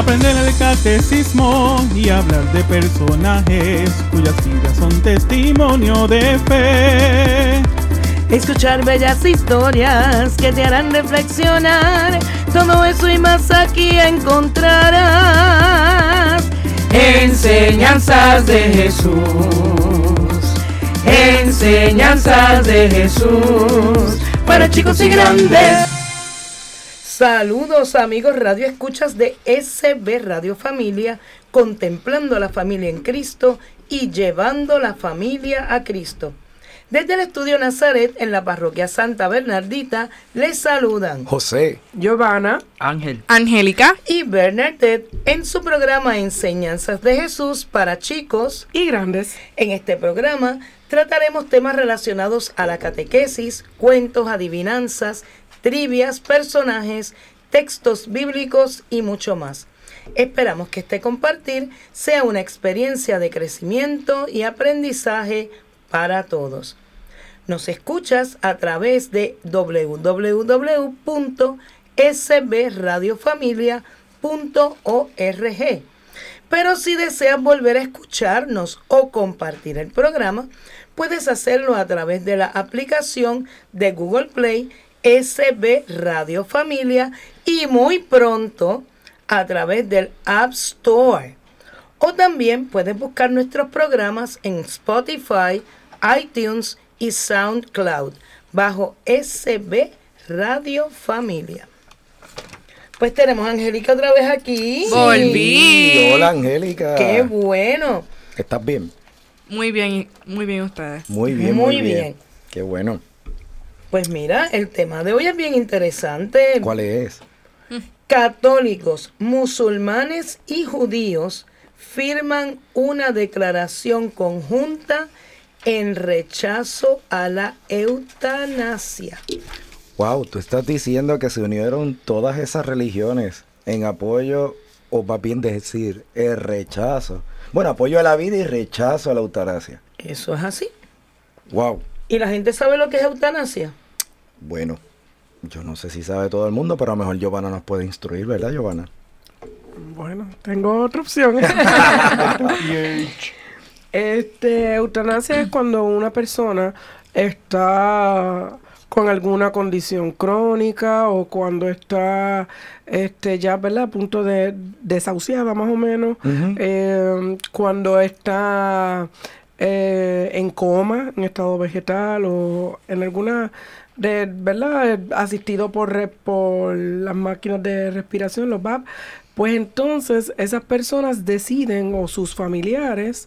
Aprender el catecismo y hablar de personajes cuyas vidas son testimonio de fe. Escuchar bellas historias que te harán reflexionar. Todo eso y más aquí encontrarás. Enseñanzas de Jesús. Enseñanzas de Jesús. Para chicos y grandes. Saludos amigos Radio Escuchas de SB Radio Familia, contemplando a la familia en Cristo y llevando la familia a Cristo. Desde el estudio Nazaret en la parroquia Santa Bernardita les saludan José, Giovanna, Ángel, Angélica y Bernadette en su programa Enseñanzas de Jesús para chicos y grandes. En este programa trataremos temas relacionados a la catequesis, cuentos, adivinanzas, trivias, personajes, textos bíblicos y mucho más. Esperamos que este compartir sea una experiencia de crecimiento y aprendizaje para todos. Nos escuchas a través de www.sbradiofamilia.org. Pero si deseas volver a escucharnos o compartir el programa, puedes hacerlo a través de la aplicación de Google Play SB Radio Familia y muy pronto a través del App Store. O también puedes buscar nuestros programas en Spotify, iTunes y SoundCloud bajo SB Radio Familia. Pues tenemos a Angélica otra vez aquí. Volví. Hola Angélica. Qué bueno. ¿Estás bien? Muy bien ustedes. Muy bien. Muy bien. Qué bueno. Pues mira, el tema de hoy es bien interesante. ¿Cuál es? Católicos, musulmanes y judíos firman una declaración conjunta en rechazo a la eutanasia. Wow, tú estás diciendo que se unieron todas esas religiones en apoyo, o más bien decir, el rechazo. Bueno, apoyo a la vida y rechazo a la eutanasia. Eso es así. Wow. ¿Y la gente sabe lo que es eutanasia? Bueno, yo no sé si sabe todo el mundo, pero a lo mejor Giovanna nos puede instruir, ¿verdad, Giovanna? Bueno, tengo otra opción. Eutanasia es cuando una persona está con alguna condición crónica o cuando está ya, ¿verdad?, a punto de desahuciada más o menos, cuando está en coma, en estado vegetal o en alguna, ¿verdad?, asistido por las máquinas de respiración, los VAP, pues entonces esas personas deciden, o sus familiares,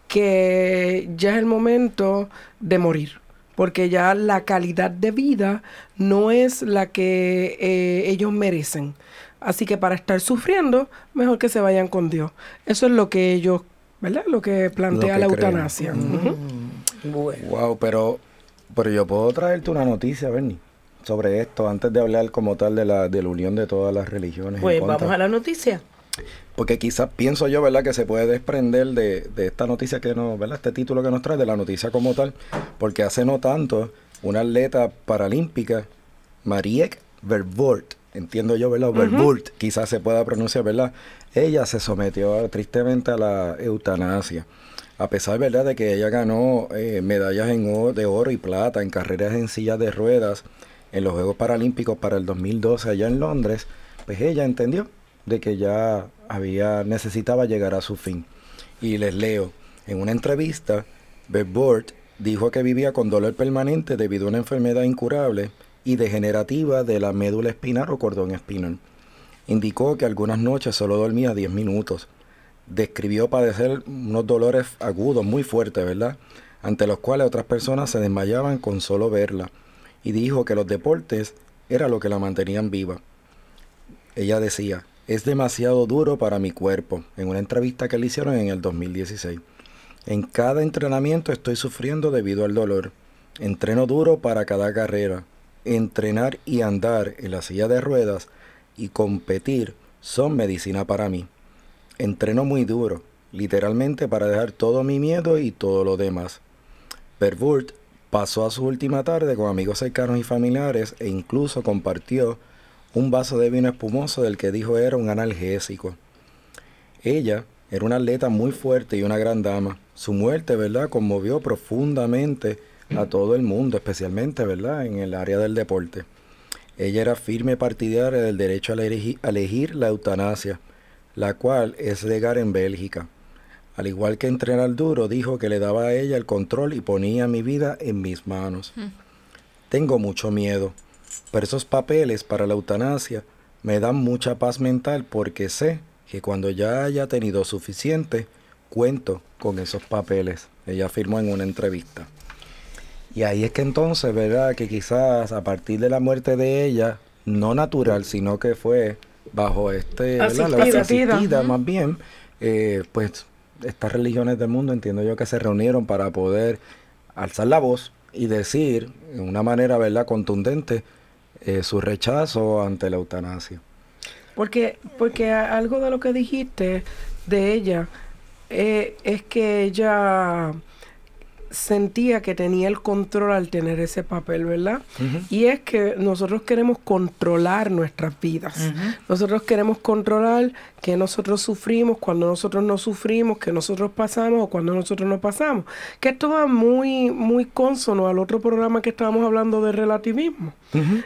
que ya es el momento de morir, porque ya la calidad de vida no es la que ellos merecen. Así que para estar sufriendo, mejor que se vayan con Dios. Eso es lo que ellos, ¿verdad?, lo que plantea la eutanasia. Bueno. Wow, pero yo puedo traerte una noticia, Bernie, sobre esto, antes de hablar como tal de la unión de todas las religiones. Pues vamos a la noticia. Porque quizás pienso yo, ¿verdad?, que se puede desprender de esta noticia que nos, ¿verdad?, este título que nos trae, de la noticia como tal, porque hace no tanto, una atleta paralímpica, Marieke Vervoort, entiendo yo, ¿verdad?, Vervoort, quizás se pueda pronunciar, ¿verdad?, ella se sometió tristemente a la eutanasia, a pesar, ¿verdad?, de que ella ganó medallas de oro y plata en carreras en sillas de ruedas en los Juegos Paralímpicos para el 2012 allá en Londres. Pues ella entendió de que ya necesitaba llegar a su fin. Y les leo, en una entrevista, Vervoort dijo que vivía con dolor permanente debido a una enfermedad incurable y degenerativa de la médula espinal o cordón espinal. Indicó que algunas noches solo dormía 10 minutos. Describió padecer unos dolores agudos muy fuertes, ¿verdad?, ante los cuales otras personas se desmayaban con solo verla. Y dijo que los deportes era lo que la mantenían viva. Ella decía, es demasiado duro para mi cuerpo, en una entrevista que le hicieron en el 2016. En cada entrenamiento estoy sufriendo debido al dolor. Entreno duro para cada carrera. Entrenar y andar en la silla de ruedas y competir son medicina para mí. Entreno muy duro, literalmente para dejar todo mi miedo y todo lo demás. Vervoort pasó a su última tarde con amigos cercanos y familiares e incluso compartió un vaso de vino espumoso del que dijo era un analgésico. Ella era una atleta muy fuerte y una gran dama. Su muerte, ¿verdad?, conmovió profundamente a todo el mundo, especialmente, ¿verdad?, en el área del deporte. Ella era firme partidaria del derecho a elegir la eutanasia, la cual es legal en Bélgica. Al igual que entrenar duro, dijo que le daba a ella el control y ponía mi vida en mis manos. Tengo mucho miedo, pero esos papeles para la eutanasia me dan mucha paz mental porque sé que cuando ya haya tenido suficiente, cuento con esos papeles. Ella afirmó en una entrevista. Y ahí es que entonces, ¿verdad?, que quizás a partir de la muerte de ella, no natural, sino que fue bajo asistida más bien, pues estas religiones del mundo, entiendo yo, que se reunieron para poder alzar la voz y decir de una manera, ¿verdad?, contundente su rechazo ante la eutanasia. Porque algo de lo que dijiste de ella es que ella sentía que tenía el control al tener ese papel, ¿verdad? Y es que nosotros queremos controlar nuestras vidas. Nosotros queremos controlar que nosotros sufrimos, cuando nosotros no sufrimos, que nosotros pasamos o cuando nosotros no pasamos. Que esto va muy, muy consono al otro programa que estábamos hablando de relativismo.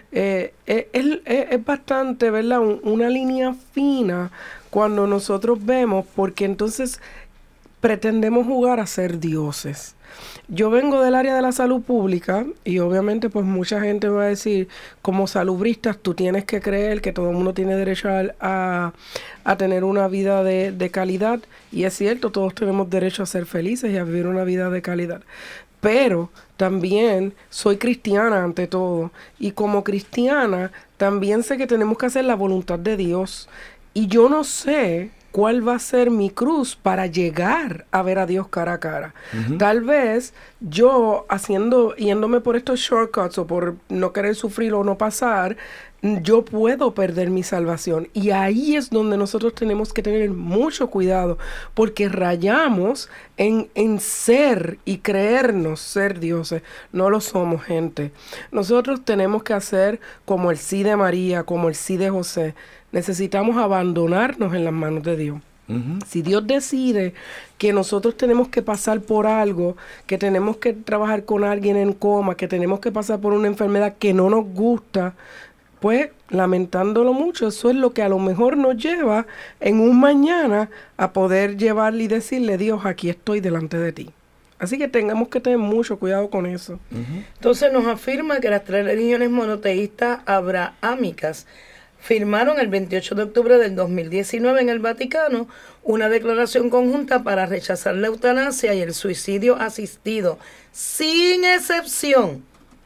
Es bastante, ¿verdad?, una línea fina cuando nosotros vemos, porque entonces pretendemos jugar a ser dioses. Yo vengo del área de la salud pública y obviamente pues mucha gente va a decir, como salubristas tú tienes que creer que todo el mundo tiene derecho a tener una vida de calidad, y es cierto, todos tenemos derecho a ser felices y a vivir una vida de calidad. Pero también soy cristiana ante todo, y como cristiana también sé que tenemos que hacer la voluntad de Dios, y yo no sé cuál va a ser mi cruz para llegar a ver a Dios cara a cara. Tal vez yo yéndome por estos shortcuts o por no querer sufrir o no pasar, yo puedo perder mi salvación. Y ahí es donde nosotros tenemos que tener mucho cuidado, porque rayamos en ser y creernos ser dioses. No lo somos, gente. Nosotros tenemos que hacer como el sí de María, como el sí de José. Necesitamos abandonarnos en las manos de Dios. Si Dios decide que nosotros tenemos que pasar por algo, que tenemos que trabajar con alguien en coma, que tenemos que pasar por una enfermedad que no nos gusta, pues lamentándolo mucho, eso es lo que a lo mejor nos lleva en un mañana a poder llevarle y decirle, Dios, aquí estoy delante de ti. Así que tengamos que tener mucho cuidado con eso. Entonces nos afirma que las tres religiones monoteístas abrahámicas firmaron el 28 de octubre del 2019 en el Vaticano una declaración conjunta para rechazar la eutanasia y el suicidio asistido, sin excepción.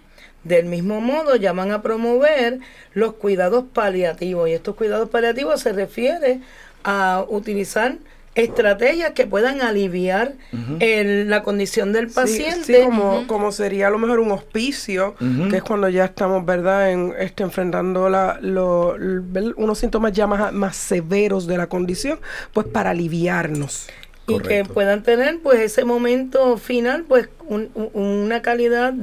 Del mismo modo, llaman a promover los cuidados paliativos, y estos cuidados paliativos se refiere a utilizar estrategias que puedan aliviar la condición del paciente. Sí, como sería a lo mejor un hospicio, que es cuando ya estamos, ¿verdad?, enfrentando unos síntomas ya más severos de la condición, pues para aliviarnos. Y correcto, que puedan tener pues ese momento final, pues una calidad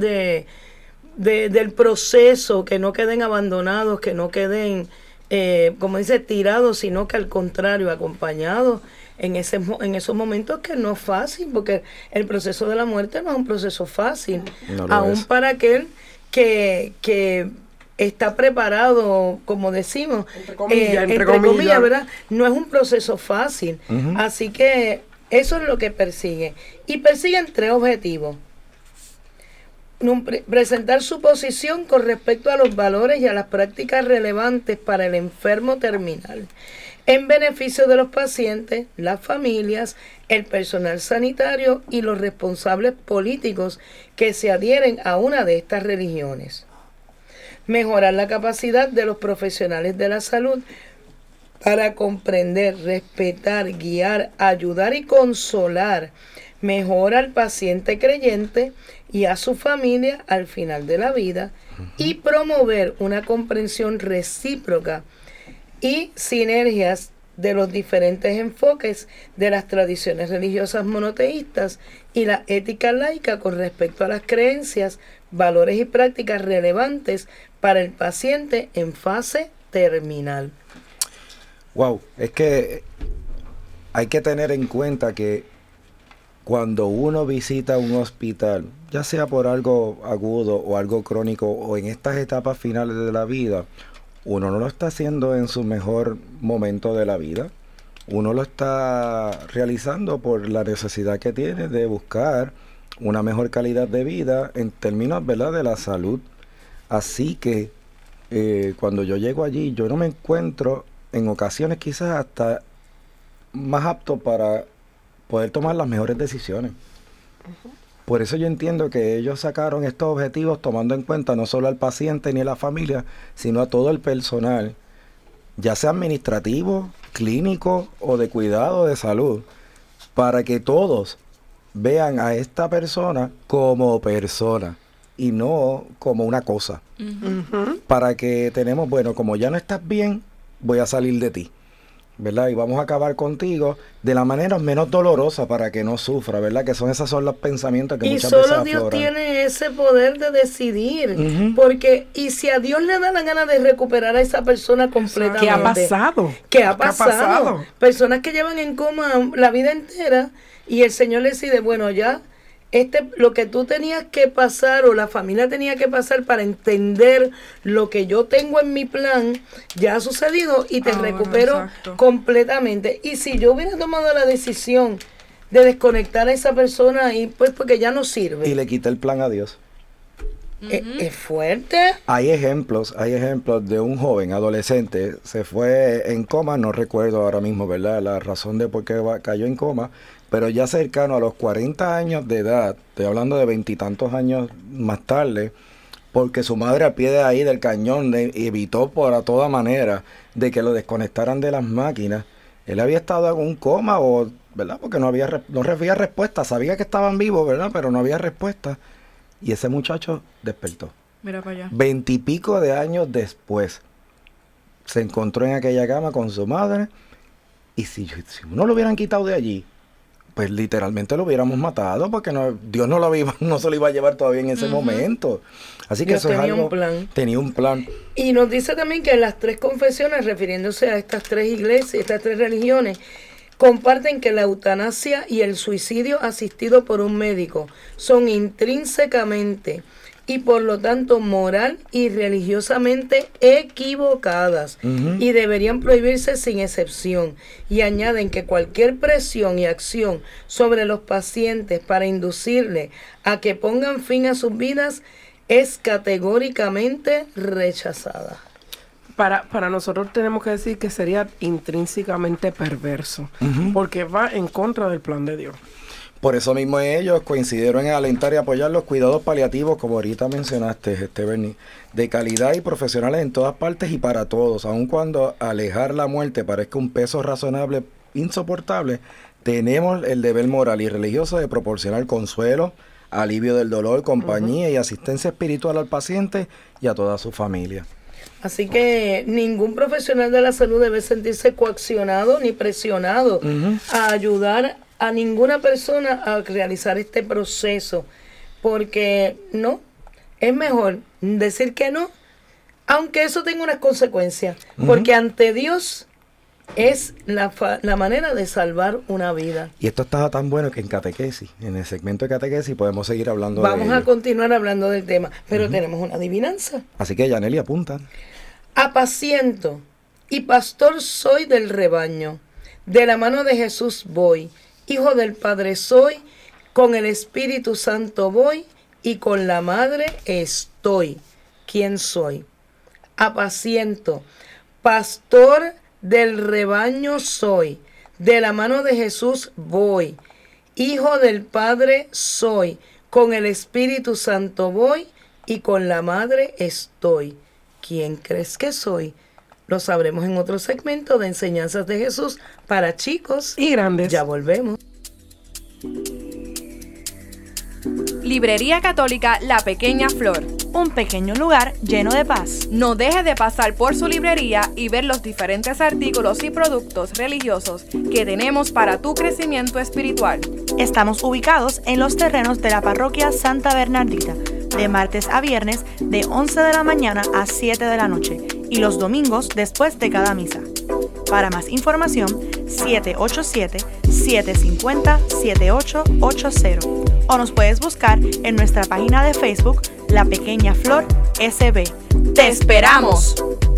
del proceso, que no queden abandonados, que no queden, como dice, tirados, sino que al contrario, acompañados en esos momentos que no es fácil, porque el proceso de la muerte no es un proceso fácil, aún para aquel que está preparado, como decimos, entre comillas, ¿verdad? No es un proceso fácil, así que eso es lo que persigue, y persiguen tres objetivos. Presentar su posición con respecto a los valores y a las prácticas relevantes para el enfermo terminal, en beneficio de los pacientes, las familias, el personal sanitario y los responsables políticos que se adhieren a una de estas religiones. Mejorar la capacidad de los profesionales de la salud para comprender, respetar, guiar, ayudar y consolar mejor al paciente creyente y a su familia al final de la vida, y promover una comprensión recíproca y sinergias de los diferentes enfoques de las tradiciones religiosas monoteístas y la ética laica con respecto a las creencias, valores y prácticas relevantes para el paciente en fase terminal. Wow, es que hay que tener en cuenta que cuando uno visita un hospital, ya sea por algo agudo o algo crónico o en estas etapas finales de la vida, uno no lo está haciendo en su mejor momento de la vida. Uno lo está realizando por la necesidad que tiene de buscar una mejor calidad de vida en términos, ¿verdad?, de la salud. Así que cuando yo llego allí, yo no me encuentro en ocasiones quizás hasta más apto para poder tomar las mejores decisiones. Por eso yo entiendo que ellos sacaron estos objetivos tomando en cuenta no solo al paciente ni a la familia, sino a todo el personal, ya sea administrativo, clínico o de cuidado de salud, para que todos vean a esta persona como persona y no como una cosa. Para que tenemos, bueno, como ya no estás bien, voy a salir de ti, ¿verdad? Y vamos a acabar contigo de la manera menos dolorosa para que no sufra, ¿verdad? Que esos son los pensamientos que muchas veces afloran. Y solo Dios tiene ese poder de decidir, porque y si a Dios le da la gana de recuperar a esa persona completamente. ¿Qué ha pasado? ¿Qué ha pasado? Personas que llevan en coma la vida entera y el Señor le decide, bueno, ya lo que tú tenías que pasar o la familia tenía que pasar para entender lo que yo tengo en mi plan, ya ha sucedido y te recupero completamente. Y si yo hubiera tomado la decisión de desconectar a esa persona, y pues porque ya no sirve. Y le quita el plan a Dios. Es fuerte. Hay ejemplos de un joven adolescente, se fue en coma, no recuerdo ahora mismo, ¿verdad?, la razón de por qué cayó en coma, pero ya cercano a los 40 años de edad, estoy hablando de 20 y tantos años más tarde, porque su madre al pie de ahí del cañón evitó por a toda manera de que lo desconectaran de las máquinas. Él había estado en un coma, ¿verdad?, porque no había respuesta, sabía que estaban vivos, ¿verdad?, pero no había respuesta. Y ese muchacho despertó. Mira para allá. 20 y pico de años después, se encontró en aquella cama con su madre. Y si uno lo hubieran quitado de allí, pues literalmente lo hubiéramos matado, porque Dios no se lo iba a llevar todavía en ese momento. Así que Dios eso es tenía algo, un plan. tenía un plan. Y nos dice también que las tres confesiones, refiriéndose a estas tres iglesias, estas tres religiones, comparten que la eutanasia y el suicidio asistido por un médico son intrínsecamente y por lo tanto moral y religiosamente equivocadas y deberían prohibirse sin excepción. Y añaden que cualquier presión y acción sobre los pacientes para inducirle a que pongan fin a sus vidas es categóricamente rechazada. Para nosotros tenemos que decir que sería intrínsecamente perverso, porque va en contra del plan de Dios. Por eso mismo ellos coincidieron en alentar y apoyar los cuidados paliativos, como ahorita mencionaste, Bernie, de calidad y profesionales en todas partes y para todos, aun cuando alejar la muerte parezca un peso razonable, insoportable, tenemos el deber moral y religioso de proporcionar consuelo, alivio del dolor, compañía y asistencia espiritual al paciente y a toda su familia. Así que ningún profesional de la salud debe sentirse coaccionado ni presionado a ayudar a ninguna persona a realizar este proceso, porque no, es mejor decir que no, aunque eso tenga unas consecuencias, porque ante Dios es la manera de salvar una vida. Y esto estaba tan bueno que en catequesis, en el segmento de catequesis, podemos seguir hablando de ello. Vamos a continuar hablando del tema, pero tenemos una adivinanza. Así que, Yaneli, apunta. Apaciento y pastor soy del rebaño, de la mano de Jesús voy, hijo del Padre soy, con el Espíritu Santo voy y con la Madre estoy. ¿Quién soy? Apaciento, pastor del rebaño soy, de la mano de Jesús voy, hijo del Padre soy, con el Espíritu Santo voy y con la Madre estoy. ¿Quién crees que soy? Lo sabremos en otro segmento de Enseñanzas de Jesús para chicos y grandes. Ya volvemos. Librería Católica La Pequeña Flor. Un pequeño lugar lleno de paz. No deje de pasar por su librería y ver los diferentes artículos y productos religiosos que tenemos para tu crecimiento espiritual. Estamos ubicados en los terrenos de la parroquia Santa Bernardita, de martes a viernes de 11 de la mañana a 7 de la noche y los domingos después de cada misa. Para más información, 787-750-7880 o nos puedes buscar en nuestra página de Facebook La Pequeña Flor SB. ¡Te esperamos!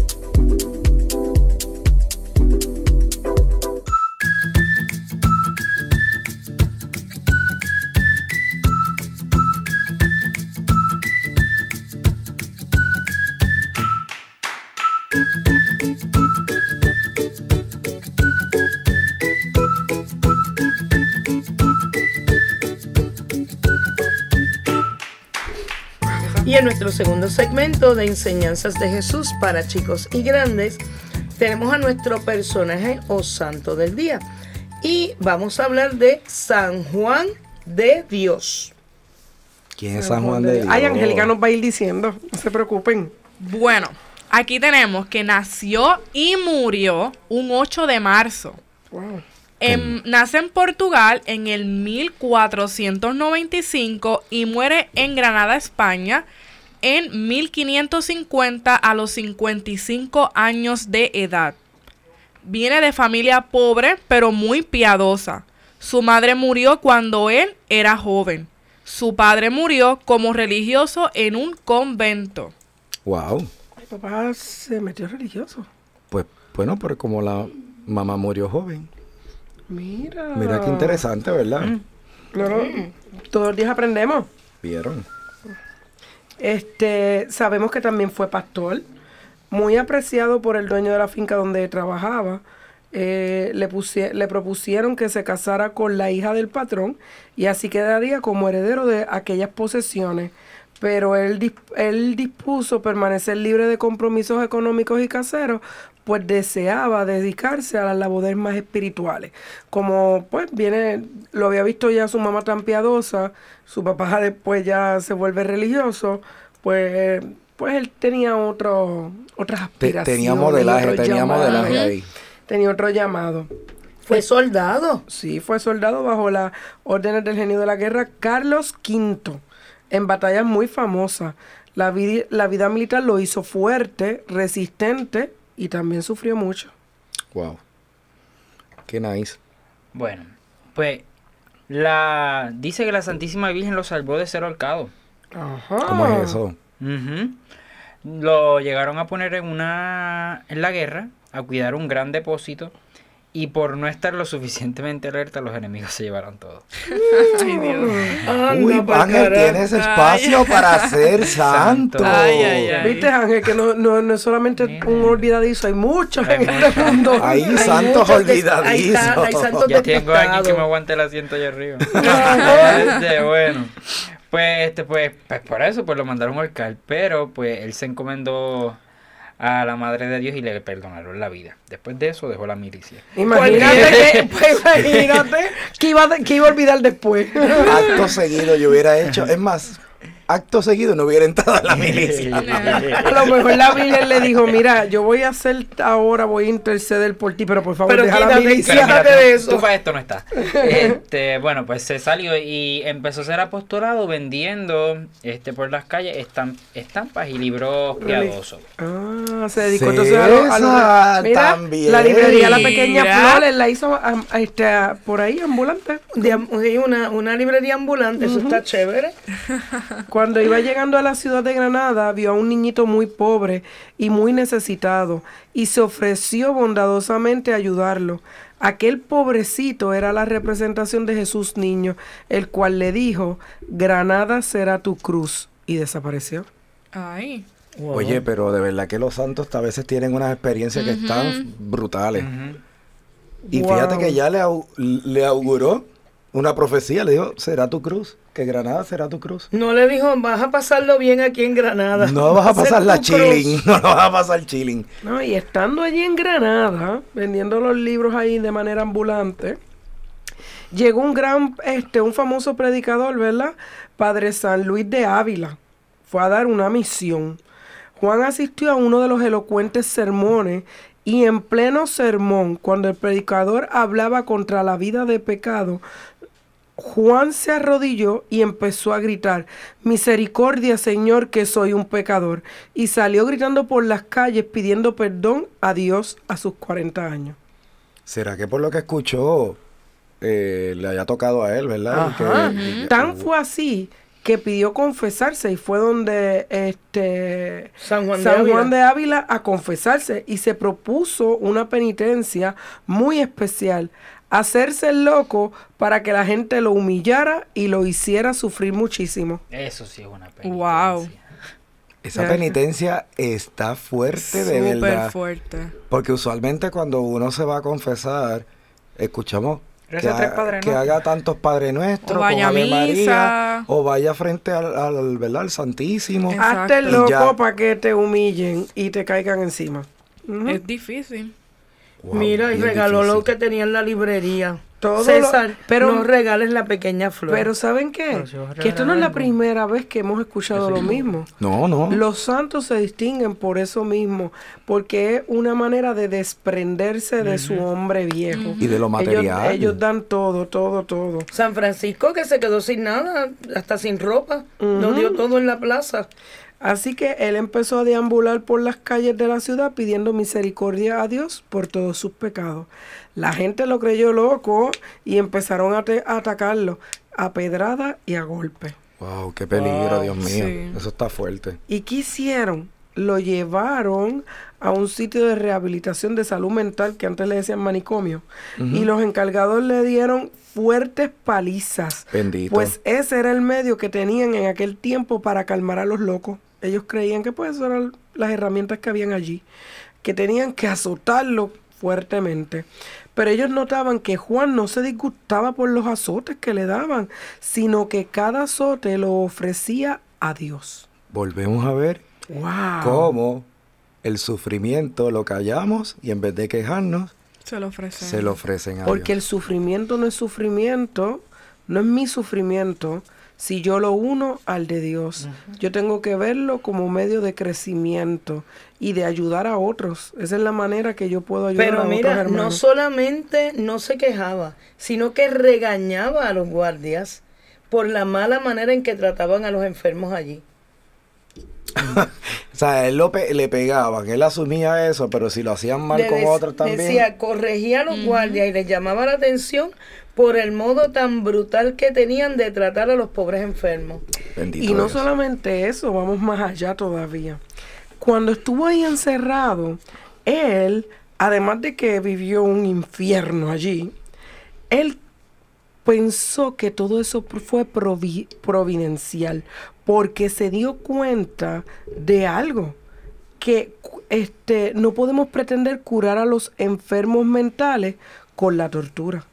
Y en nuestro segundo segmento de Enseñanzas de Jesús para chicos y grandes, tenemos a nuestro personaje o santo del día. Y vamos a hablar de San Juan de Dios. ¿Quién es San Juan de Dios? Ay, Angélica nos va a ir diciendo, no se preocupen. Bueno, aquí tenemos que nació y murió un 8 de marzo. Wow. Nace en Portugal en el 1495 y muere en Granada, España, en 1550 a los 55 años de edad. Viene de familia pobre, pero muy piadosa. Su madre murió cuando él era joven. Su padre murió como religioso en un convento. Wow. Mi papá se metió religioso. Pues bueno, pero como la mamá murió joven. Mira. Mira qué interesante, ¿verdad? No, todos los días aprendemos. ¿Vieron? Sabemos que también fue pastor, muy apreciado por el dueño de la finca donde trabajaba. Le propusieron que se casara con la hija del patrón y así quedaría como heredero de aquellas posesiones. Pero él dispuso permanecer libre de compromisos económicos y caseros, pues deseaba dedicarse a las labores más espirituales. Como pues lo había visto ya su mamá tan piadosa, su papá después ya se vuelve religioso, pues él tenía otras aspiraciones. Tenía modelaje ahí. Tenía otro llamado. Fue soldado. Sí, fue soldado bajo las órdenes del genio de la guerra Carlos V, en batallas muy famosas. La vida militar lo hizo fuerte, resistente y también sufrió mucho. Wow. Qué nice. Bueno, pues dice que la Santísima Virgen lo salvó de ser ahorcado. Ajá. ¿Cómo es eso? Ujú. Lo llegaron a poner en la guerra, a cuidar un gran depósito, y por no estar lo suficientemente alerta, los enemigos se llevaron todo. Ay, Dios. Uy, Ángel, tienes espacio para ser santo. Ay, ay, ay. ¿Viste, Ángel? Que no es solamente Mira. un olvidadizo, hay muchos Hay en este muchos. mundo. Hay santos olvidadizos. Hay santos Ya tengo a alguien que despistados. me aguante el asiento allá arriba. Bueno, pues por eso, pues lo mandaron a ahorcar, pero pues él se encomendó a la Madre de Dios y le perdonaron la vida. Después de eso dejó la milicia. Imagínate que iba a olvidar después. Acto seguido yo hubiera hecho. Es más, acto seguido no hubiera entrado a la milicia. A lo mejor la Virgen le dijo, mira, yo voy a interceder por ti, pero por favor Pero deja la quítate, milicia. Pero mira, Fíjate de eso. tú para esto no estás. Bueno, pues se salió y empezó a hacer apostolado vendiendo por las calles estampas y libros piadosos. Ah, se dedicó entonces César, mira, también. la librería La Pequeña Mira. Flor, él la hizo por ahí, ambulante. Una librería ambulante, eso está chévere. Cuando iba llegando a la ciudad de Granada, vio a un niñito muy pobre y muy necesitado y se ofreció bondadosamente a ayudarlo. Aquel pobrecito era la representación de Jesús niño, el cual le dijo, Granada será tu cruz, y desapareció. Ay. Oye, pero de verdad que los santos a veces tienen unas experiencias que están brutales. Y fíjate que ya le auguró una profecía, le dijo, será tu cruz, que Granada será tu cruz. No le dijo, vas a pasarlo bien aquí en Granada. No vas a pasar Ser la tu cruz. chilling, no vas a pasar chilling. No, y estando allí en Granada, vendiendo los libros ahí de manera ambulante, llegó un famoso predicador, ¿verdad? Padre San Luis de Ávila. Fue a dar una misión. Juan asistió a uno de los elocuentes sermones y en pleno sermón, cuando el predicador hablaba contra la vida de pecado, Juan se arrodilló y empezó a gritar, misericordia, Señor, que soy un pecador. Y salió gritando por las calles pidiendo perdón a Dios a sus 40 años. ¿Será que por lo que escuchó le haya tocado a él, verdad? Ajá. Tan fue así que pidió confesarse y fue donde San Juan de Ávila a confesarse y se propuso una penitencia muy especial, hacerse el loco para que la gente lo humillara y lo hiciera sufrir muchísimo. Eso sí es una penitencia. Wow. Esa penitencia está fuerte, de verdad. Súper fuerte. Porque usualmente cuando uno se va a confesar, escuchamos Reza tres Padres que haga tantos Padre Nuestros, O vaya con Ave a María, misa. o vaya frente al ¿verdad? Al Santísimo. Exacto. Hazte el Y loco ya. para que te humillen y te caigan encima. Ujú. Es difícil. Wow, Mira, y bien regaló lo difícil. que tenía en la librería. Todo César, pero no regales la pequeña flor. Pero ¿saben qué? Pero si vas a Que esto no es la regalar algo. primera vez que hemos escuchado lo mismo. No. Los santos se distinguen por eso mismo, porque es una manera de desprenderse de su hombre viejo. Y de lo material. Ellos dan todo. San Francisco, que se quedó sin nada, hasta sin ropa, nos dio todo en la plaza. Así que él empezó a deambular por las calles de la ciudad pidiendo misericordia a Dios por todos sus pecados. La gente lo creyó loco y empezaron a atacarlo a pedrada y a golpe. Wow, qué peligro, Dios mío. sí. Eso está fuerte. ¿Y qué hicieron? Lo llevaron a un sitio de rehabilitación de salud mental que antes le decían manicomio. Y los encargados le dieron fuertes palizas. Bendito. Pues ese era el medio que tenían en aquel tiempo para calmar a los locos. Ellos creían que pues eso eran las herramientas que habían allí, que tenían que azotarlo fuertemente. Pero ellos notaban que Juan no se disgustaba por los azotes que le daban, sino que cada azote lo ofrecía a Dios. Volvemos a ver ¡Wow! cómo el sufrimiento lo callamos y en vez de quejarnos, Se lo ofrecen. se lo ofrecen a Porque el Dios. sufrimiento no es sufrimiento, no es mi sufrimiento, si yo lo uno al de Dios. Yo tengo que verlo como medio de crecimiento y de ayudar a otros. Esa es la manera que yo puedo ayudar a Pero otros mira, no hermanos. solamente no se quejaba, sino que regañaba a los guardias por la mala manera en que trataban a los enfermos allí. O sea, él le pegaban, él asumía eso, pero si lo hacían mal con otros también. Decía, corregía a los guardias y les llamaba la atención por el modo tan brutal que tenían de tratar a los pobres enfermos. Bendito Y no Dios. solamente eso, vamos más allá todavía. Cuando estuvo ahí encerrado, él, además de que vivió un infierno allí, él pensó que todo eso fue providencial, porque se dio cuenta de algo, que no podemos pretender curar a los enfermos mentales con la tortura.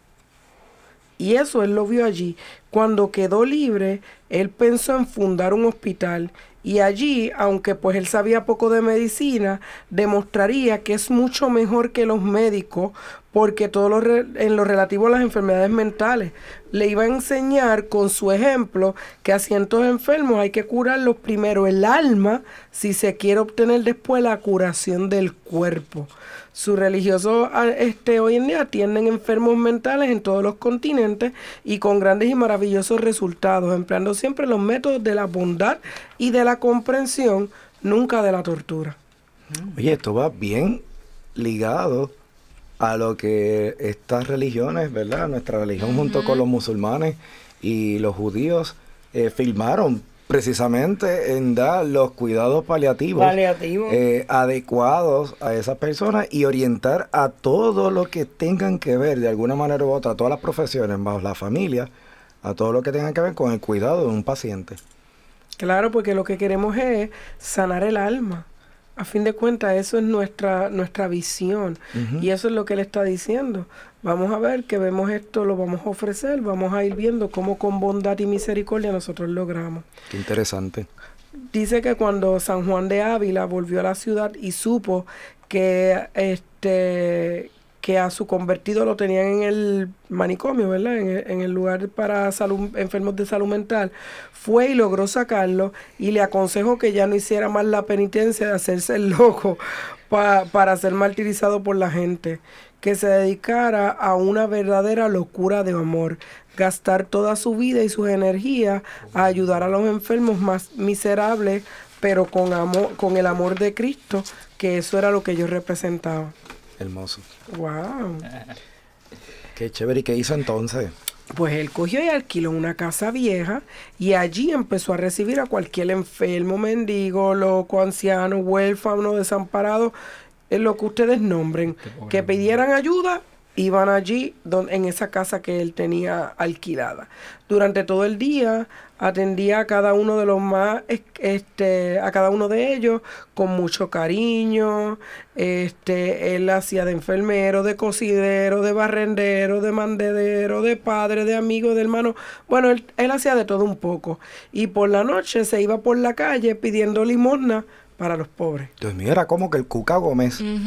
Y eso él lo vio allí. Cuando quedó libre, él pensó en fundar un hospital. Y allí, aunque pues él sabía poco de medicina, demostraría que es mucho mejor que los médicos, porque todo en lo relativo a las enfermedades mentales, le iba a enseñar con su ejemplo que a cientos enfermos hay que curarlos primero el alma, si se quiere obtener después la curación del cuerpo. Sus religiosos hoy en día atienden enfermos mentales en todos los continentes y con grandes y maravillosos resultados, empleando siempre los métodos de la bondad y de la comprensión, nunca de la tortura. Oye, esto va bien ligado a lo que estas religiones, ¿verdad? Nuestra religión junto con los musulmanes y los judíos filmaron precisamente en dar los cuidados paliativos adecuados a esas personas y orientar a todo lo que tengan que ver de alguna manera u otra, a todas las profesiones, más la familia, a todo lo que tenga que ver con el cuidado de un paciente. Claro, porque lo que queremos es sanar el alma. A fin de cuentas, eso es nuestra visión. Y eso es lo que él está diciendo. Vamos a ver que vemos esto, lo vamos a ofrecer, vamos a ir viendo cómo con bondad y misericordia nosotros logramos. Qué interesante. Dice que cuando San Juan de Ávila volvió a la ciudad y supo que que a su convertido lo tenían en el manicomio, ¿verdad? En el lugar para enfermos de salud mental, fue y logró sacarlo y le aconsejó que ya no hiciera más la penitencia de hacerse el loco para ser martirizado por la gente, que se dedicara a una verdadera locura de amor, gastar toda su vida y sus energías a ayudar a los enfermos más miserables, pero con amor, con el amor de Cristo, que eso era lo que ellos representaban. Hermoso. Wow. Qué chévere. ¿Y qué hizo entonces? Pues él cogió y alquiló una casa vieja y allí empezó a recibir a cualquier enfermo, mendigo, loco, anciano, huérfano, desamparado, lo que ustedes nombren, que pidieran ayuda, iban allí en esa casa que él tenía alquilada. Durante todo el día atendía a cada uno de los más, a cada uno de ellos con mucho cariño. Él hacía de enfermero, de cocinero, de barrendero, de mandedero, de padre, de amigo, de hermano. Bueno, él hacía de todo un poco. Y por la noche se iba por la calle pidiendo limosna para los pobres. Dios mío, era como que el Cuca Gómez. Y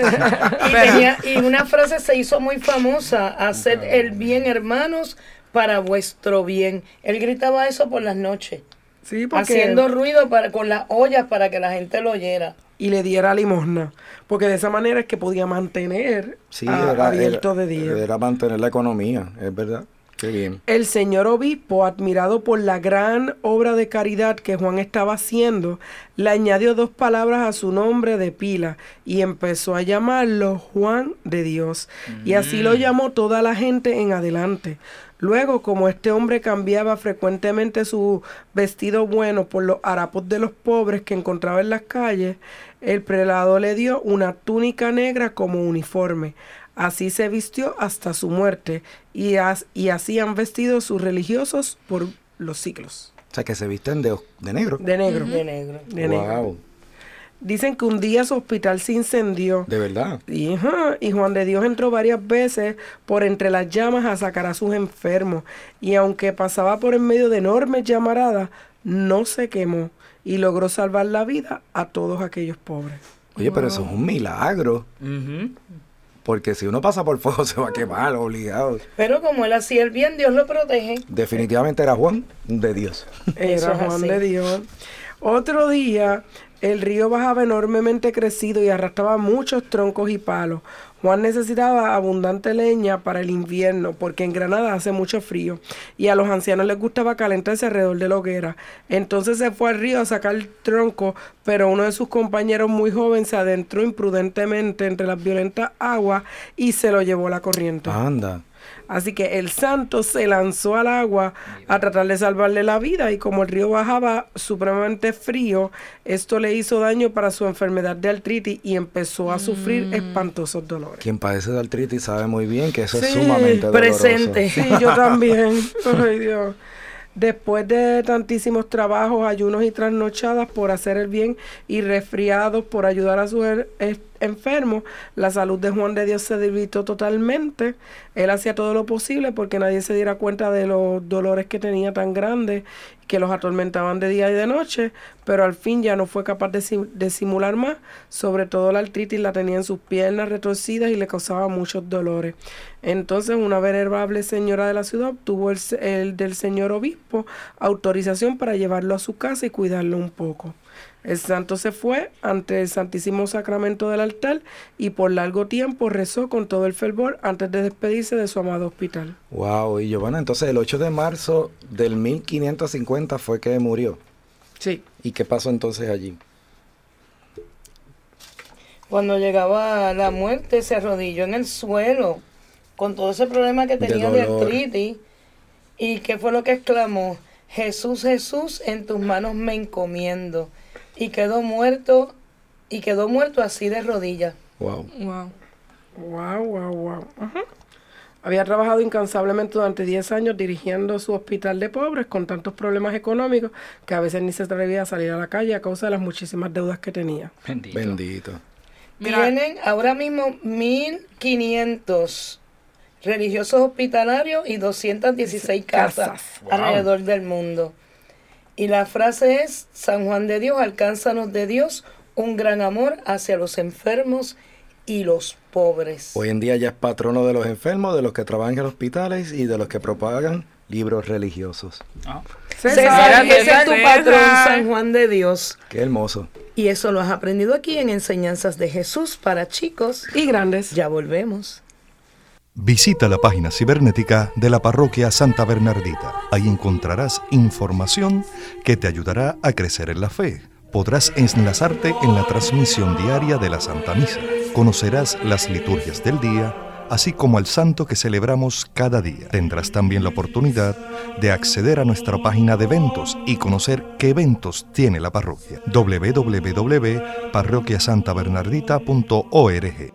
una frase se hizo muy famosa: haced el bien, hermanos, para vuestro bien. Él gritaba eso por las noches, Sí, porque haciendo ruido con las ollas para que la gente lo oyera. y le diera limosna, porque de esa manera es que podía mantener Sí, abierto de día. Era mantener la economía, es verdad. Qué bien. El señor obispo, admirado por la gran obra de caridad que Juan estaba haciendo, le añadió 2 palabras a su nombre de pila y empezó a llamarlo Juan de Dios. Y así lo llamó toda la gente en adelante. Luego, como este hombre cambiaba frecuentemente su vestido bueno por los harapos de los pobres que encontraba en las calles, el prelado le dio una túnica negra como uniforme. Así se vistió hasta su muerte y así han vestido sus religiosos por los siglos. O sea, que se visten de negro. De negro. De negro. De negro. Wow. Dicen que un día su hospital se incendió. De verdad. Y Juan de Dios entró varias veces por entre las llamas a sacar a sus enfermos. Y aunque pasaba por en medio de enormes llamaradas, no se quemó y logró salvar la vida a todos aquellos pobres. Oye, pero eso es un milagro. Ujú. Porque si uno pasa por fuego se va a quemar, obligado. Pero como él hacía el bien, Dios lo protege. Definitivamente era Juan de Dios. Eso Era es Juan así. de Dios. Otro día, el río bajaba enormemente crecido y arrastraba muchos troncos y palos. Juan necesitaba abundante leña para el invierno, porque en Granada hace mucho frío, y a los ancianos les gustaba calentarse alrededor de la hoguera. Entonces se fue al río a sacar el tronco, pero uno de sus compañeros muy joven se adentró imprudentemente entre las violentas aguas y se lo llevó la corriente. Anda. Así que el santo se lanzó al agua a tratar de salvarle la vida, y como el río bajaba supremamente frío, esto le hizo daño para su enfermedad de artritis y empezó a sufrir espantosos dolores. Quien padece de artritis sabe muy bien que eso es Sí, sumamente doloroso. presente. Sí, yo también. Ay, Dios. Después de tantísimos trabajos, ayunos y trasnochadas por hacer el bien y resfriados por ayudar a sus enfermos, la salud de Juan de Dios se debilitó totalmente. Él hacía todo lo posible porque nadie se diera cuenta de los dolores que tenía tan grandes que los atormentaban de día y de noche, pero al fin ya no fue capaz de simular más. Sobre todo la artritis la tenía en sus piernas retorcidas y le causaba muchos dolores. Entonces una venerable señora de la ciudad obtuvo el del señor obispo autorización para llevarlo a su casa y cuidarlo un poco. El santo se fue ante el Santísimo Sacramento del altar y por largo tiempo rezó con todo el fervor antes de despedirse de su amado hospital. Wow, y Giovanna, entonces el 8 de marzo del 1550 fue que murió. Sí. ¿Y qué pasó entonces allí? Cuando llegaba la muerte, se arrodilló en el suelo con todo ese problema que tenía de dolor. artritis. ¿Y qué fue lo que exclamó? Jesús, Jesús, en tus manos me encomiendo. Y quedó muerto así de rodillas. Wow. Wow. Wow, wow, wow. Ajá. Había trabajado incansablemente durante 10 años dirigiendo su hospital de pobres con tantos problemas económicos que a veces ni se atrevía a salir a la calle a causa de las muchísimas deudas que tenía. Bendito. Bendito. Mira. Tienen ahora mismo 1.500 religiosos hospitalarios y 216 casas Wow. alrededor del mundo. Y la frase es: San Juan de Dios, alcánzanos de Dios un gran amor hacia los enfermos y los pobres. Hoy en día ya es patrono de los enfermos, de los que trabajan en hospitales y de los que propagan libros religiosos. Ah. César, Mira, ese es tu César. patrón, San Juan de Dios. Qué hermoso. Y eso lo has aprendido aquí en Enseñanzas de Jesús para chicos. Y grandes. Ya volvemos. Visita la página cibernética de la Parroquia Santa Bernardita. Ahí encontrarás información que te ayudará a crecer en la fe. Podrás enlazarte en la transmisión diaria de la Santa Misa. Conocerás las liturgias del día, así como al santo que celebramos cada día. Tendrás también la oportunidad de acceder a nuestra página de eventos y conocer qué eventos tiene la parroquia. www.parroquiasantabernardita.org.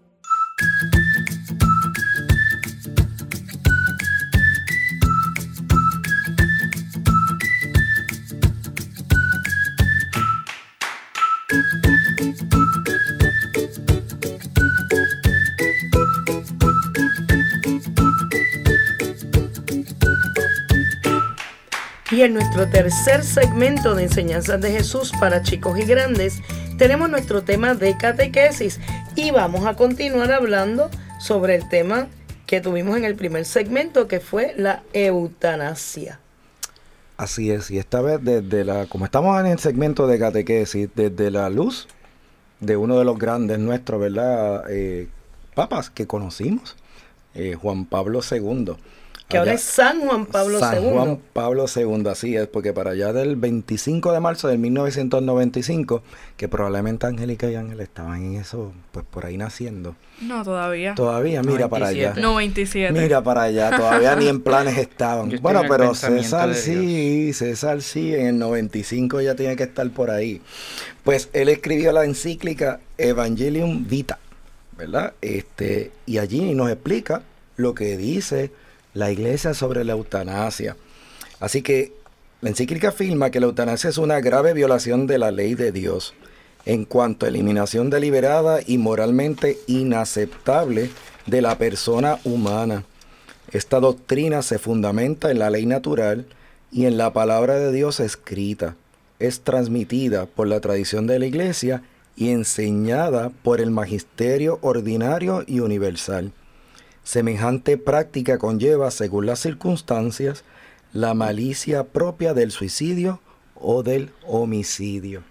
Y en nuestro tercer segmento de Enseñanzas de Jesús para chicos y grandes, tenemos nuestro tema de catequesis y vamos a continuar hablando sobre el tema que tuvimos en el primer segmento, que fue la eutanasia. Así es, y esta vez como estamos en el segmento de catequesis, desde la luz de uno de los grandes nuestros, ¿verdad? Papas que conocimos, Juan Pablo II. Que ahora es San Juan Pablo II. San Juan Pablo II, así es, porque para allá del 25 de marzo de 1995, que probablemente Angélica y Ángel estaban en eso, pues por ahí naciendo. No, todavía. Todavía, mira 97. para allá. 97. Mira para allá, todavía ni en planes estaban. Bueno, pero César sí, en el 95 ya tiene que estar por ahí. Pues él escribió la encíclica Evangelium Vitae, ¿verdad? Y allí nos explica lo que dice la Iglesia sobre la eutanasia. Así que la encíclica afirma que la eutanasia es una grave violación de la ley de Dios en cuanto a eliminación deliberada y moralmente inaceptable de la persona humana. Esta doctrina se fundamenta en la ley natural y en la palabra de Dios escrita. Es transmitida por la tradición de la Iglesia y enseñada por el magisterio ordinario y universal. Semejante práctica conlleva, según las circunstancias, la malicia propia del suicidio o del homicidio.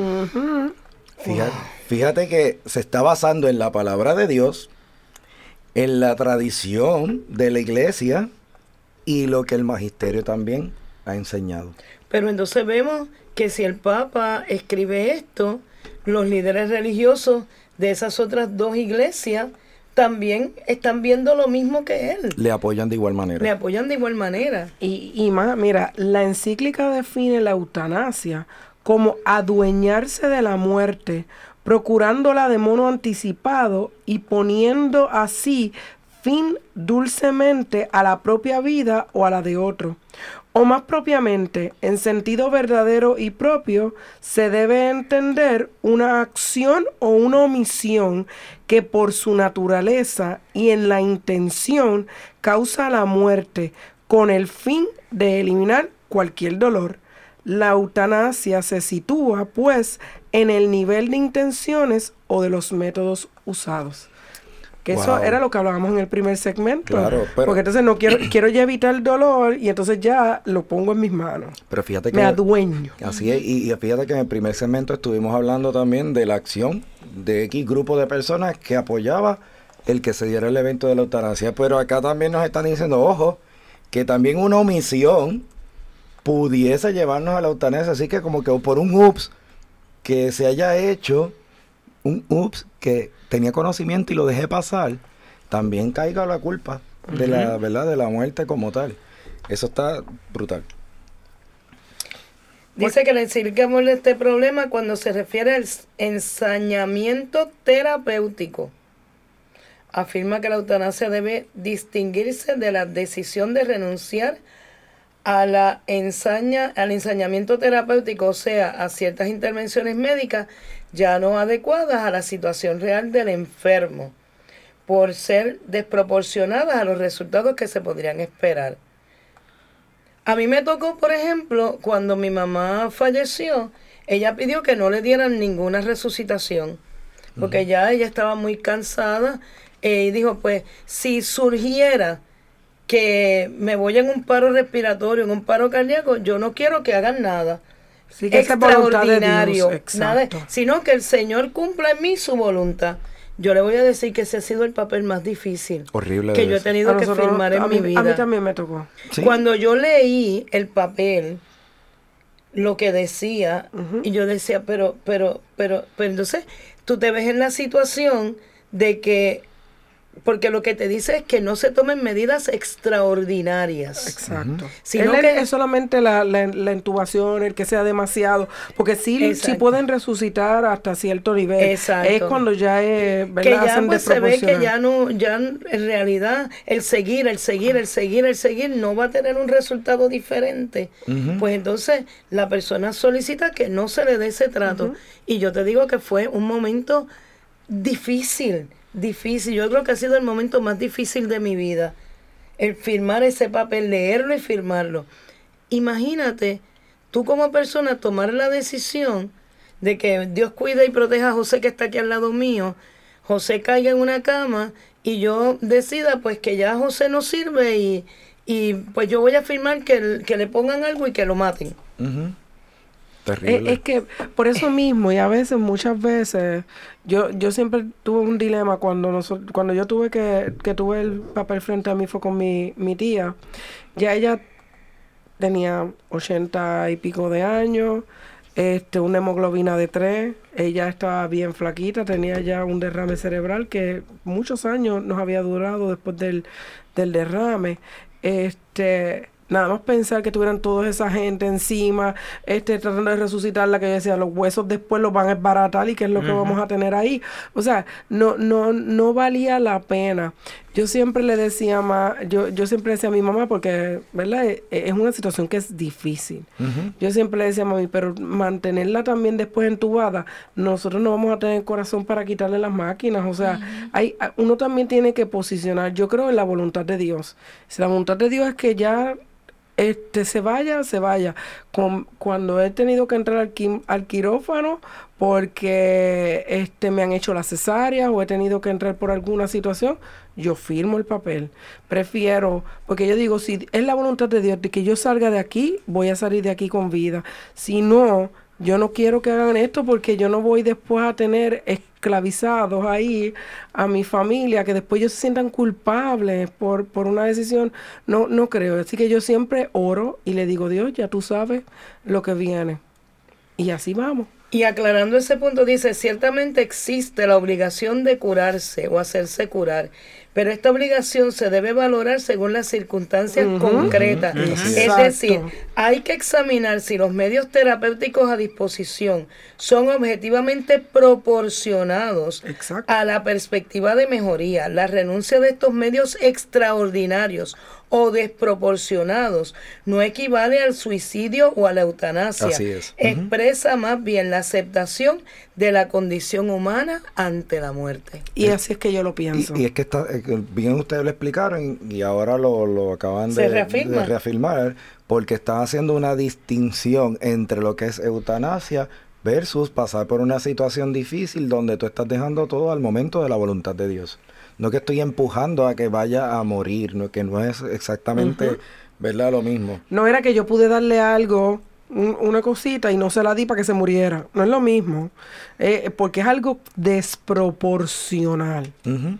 Fíjate que se está basando en la palabra de Dios, en la tradición de la Iglesia y lo que el magisterio también ha enseñado. Pero entonces vemos que si el Papa escribe esto, los líderes religiosos de esas otras dos iglesias también están viendo lo mismo que él. Le apoyan de igual manera. Le apoyan de igual manera. Y más, mira, la encíclica define la eutanasia como adueñarse de la muerte, procurándola de modo anticipado y poniendo así fin dulcemente a la propia vida o a la de otro. O más propiamente, en sentido verdadero y propio, se debe entender una acción o una omisión que por su naturaleza y en la intención causa la muerte, con el fin de eliminar cualquier dolor. La eutanasia se sitúa, pues, en el nivel de intenciones o de los métodos usados. Que eso era lo que hablábamos en el primer segmento. Claro, pero, porque entonces no quiero ya evitar el dolor y entonces ya lo pongo en mis manos. Pero fíjate que me adueño. Así es, y fíjate que en el primer segmento estuvimos hablando también de la acción de X grupo de personas que apoyaba el que se diera el evento de la eutanasia. Pero acá también nos están diciendo, ojo, que también una omisión pudiese llevarnos a la eutanasia. Así que como que por un ups que se haya hecho, un ups que tenía conocimiento y lo dejé pasar, también caiga la culpa de la verdad de la muerte como tal. Eso está brutal. Dice que la encíclica aborda este problema cuando se refiere al ensañamiento terapéutico. Afirma que la eutanasia debe distinguirse de la decisión de renunciar al ensañamiento terapéutico, o sea, a ciertas intervenciones médicas ya no adecuadas a la situación real del enfermo, por ser desproporcionadas a los resultados que se podrían esperar. A mí me tocó, por ejemplo, cuando mi mamá falleció, ella pidió que no le dieran ninguna resucitación, porque ya ella estaba muy cansada, y dijo, pues, si surgiera que me voy en un paro respiratorio, en un paro cardíaco, yo no quiero que hagan nada. Sí, que extraordinario, de Dios, nada, sino que el Señor cumpla en mí su voluntad. Yo le voy a decir que ese ha sido el papel más difícil horrible que yo he tenido que firmar en mi vida. A mí también me tocó. ¿Sí? Cuando yo leí el papel, lo que decía, y yo decía, pero entonces tú te ves en la situación de que, porque lo que te dice es que no se tomen medidas extraordinarias. Exacto. Sino que Es solamente la intubación, el que sea demasiado, porque sí pueden resucitar hasta cierto nivel. Exacto. Es cuando ya es, ¿verdad? Que ya hacen pues se ve que desproporcional. ya en realidad el seguir no va a tener un resultado diferente. Pues entonces la persona solicita que no se le dé ese trato. Y yo te digo que fue un momento difícil. Yo creo que ha sido el momento más difícil de mi vida. El firmar ese papel, leerlo y firmarlo. Imagínate, tú como persona tomar la decisión de que Dios cuida y proteja a José que está aquí al lado mío, José caiga en una cama y yo decida pues que ya José no sirve y pues yo voy a firmar que le pongan algo y que lo maten. Terrible. Es que por eso mismo, y a veces, muchas veces, yo siempre tuve un dilema cuando yo tuve que tuve el papel frente a mí, fue con mi tía. Ya ella tenía 80 y pico de años, una hemoglobina de 3, ella estaba bien flaquita, tenía ya un derrame cerebral que muchos años nos había durado después del derrame. Nada más pensar que tuvieran toda esa gente encima, tratando de resucitarla, que yo decía, los huesos después los van a esbaratar y qué es lo que vamos a tener ahí. O sea, no valía la pena. Yo siempre le decía yo siempre decía a mi mamá, porque, ¿verdad? Es una situación que es difícil. Yo siempre le decía a mami, pero mantenerla también después entubada, nosotros no vamos a tener corazón para quitarle las máquinas. O sea, uno también tiene que posicionar, yo creo, en la voluntad de Dios. Si la voluntad de Dios es que ya se vaya. Cuando he tenido que entrar al quirófano porque me han hecho la cesárea o he tenido que entrar por alguna situación, yo firmo el papel. Prefiero, porque yo digo, si es la voluntad de Dios de que yo salga de aquí, voy a salir de aquí con vida. Si no, yo no quiero que hagan esto porque yo no voy después a tener esclavizados ahí a mi familia, que después ellos se sientan culpables por una decisión. No creo. Así que yo siempre oro y le digo, Dios, ya tú sabes lo que viene. Y así vamos. Y aclarando ese punto, dice, ciertamente existe la obligación de curarse o hacerse curar, pero esta obligación se debe valorar según las circunstancias concretas. Es decir, hay que examinar si los medios terapéuticos a disposición son objetivamente proporcionados a la perspectiva de mejoría. La renuncia de estos medios extraordinarios o desproporcionados no equivale al suicidio o a la eutanasia. Así es. Expresa más bien la aceptación de la condición humana ante la muerte. Y así es que yo lo pienso. Y es que bien ustedes lo explicaron y ahora lo acaban de reafirmar, porque están haciendo una distinción entre lo que es eutanasia versus pasar por una situación difícil donde tú estás dejando todo al momento de la voluntad de Dios. No que estoy empujando a que vaya a morir, que no es exactamente, ¿verdad? Lo mismo. No era que yo pude darle algo, una cosita, y no se la di para que se muriera. No es lo mismo. Porque es algo desproporcional.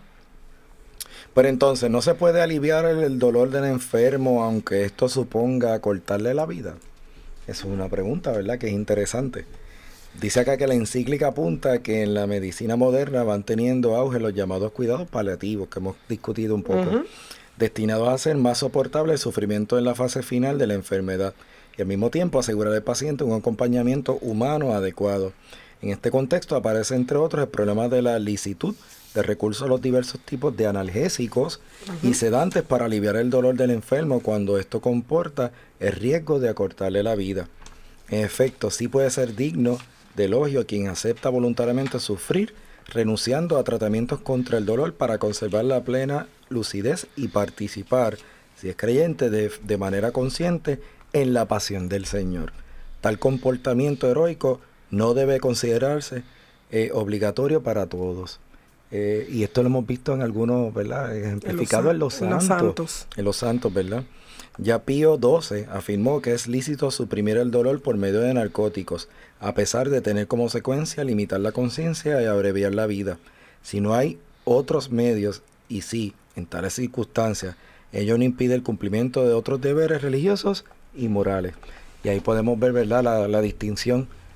Pero entonces, ¿no se puede aliviar el dolor del enfermo aunque esto suponga cortarle la vida? Eso es una pregunta, ¿verdad? Que es interesante. Dice acá que la encíclica apunta que en la medicina moderna van teniendo auge los llamados cuidados paliativos, que hemos discutido un poco, destinados a hacer más soportable el sufrimiento en la fase final de la enfermedad y al mismo tiempo asegurar al paciente un acompañamiento humano adecuado. En este contexto aparece, entre otros, el problema de la licitud de recursos a los diversos tipos de analgésicos y sedantes para aliviar el dolor del enfermo cuando esto comporta el riesgo de acortarle la vida. En efecto, sí puede ser digno de elogio quien acepta voluntariamente sufrir, renunciando a tratamientos contra el dolor para conservar la plena lucidez y participar, si es creyente, de manera consciente en la pasión del Señor. Tal comportamiento heroico no debe considerarse obligatorio para todos. Y esto lo hemos visto en algunos, ¿verdad? Ejemplificado en los santos. En los santos, ¿verdad? Ya Pío XII afirmó que es lícito suprimir el dolor por medio de narcóticos, a pesar de tener como consecuencia limitar la conciencia y abreviar la vida. Si no hay otros medios, y si, en tales circunstancias, ello no impide el cumplimiento de otros deberes religiosos y morales. Y ahí podemos ver, ¿verdad?, la distinción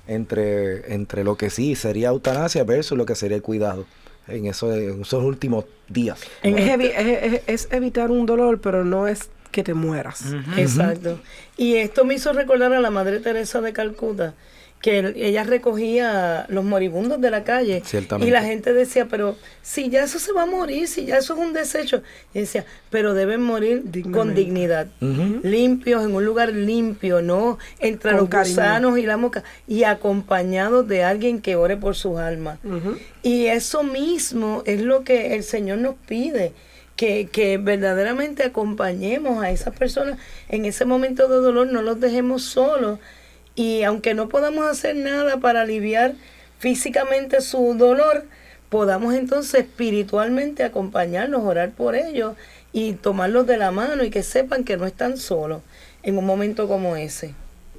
entre lo que sí sería eutanasia versus lo que sería el cuidado en esos últimos días. Es evitar un dolor, pero no es que te mueras. Exacto. Y esto me hizo recordar a la Madre Teresa de Calcuta, que ella recogía los moribundos de la calle. Ciertamente. Y la gente decía, pero si ya eso se va a morir, si ya eso es un desecho. Y decía, pero deben morir con dignidad, limpios, en un lugar limpio, no entre con los cariño, gusanos y la mosca, y acompañados de alguien que ore por sus almas. Y eso mismo es lo que el Señor nos pide, que verdaderamente acompañemos a esas personas en ese momento de dolor, no los dejemos solos. Y aunque no podamos hacer nada para aliviar físicamente su dolor, podamos entonces espiritualmente acompañarlos, orar por ellos y tomarlos de la mano y que sepan que no están solos en un momento como ese.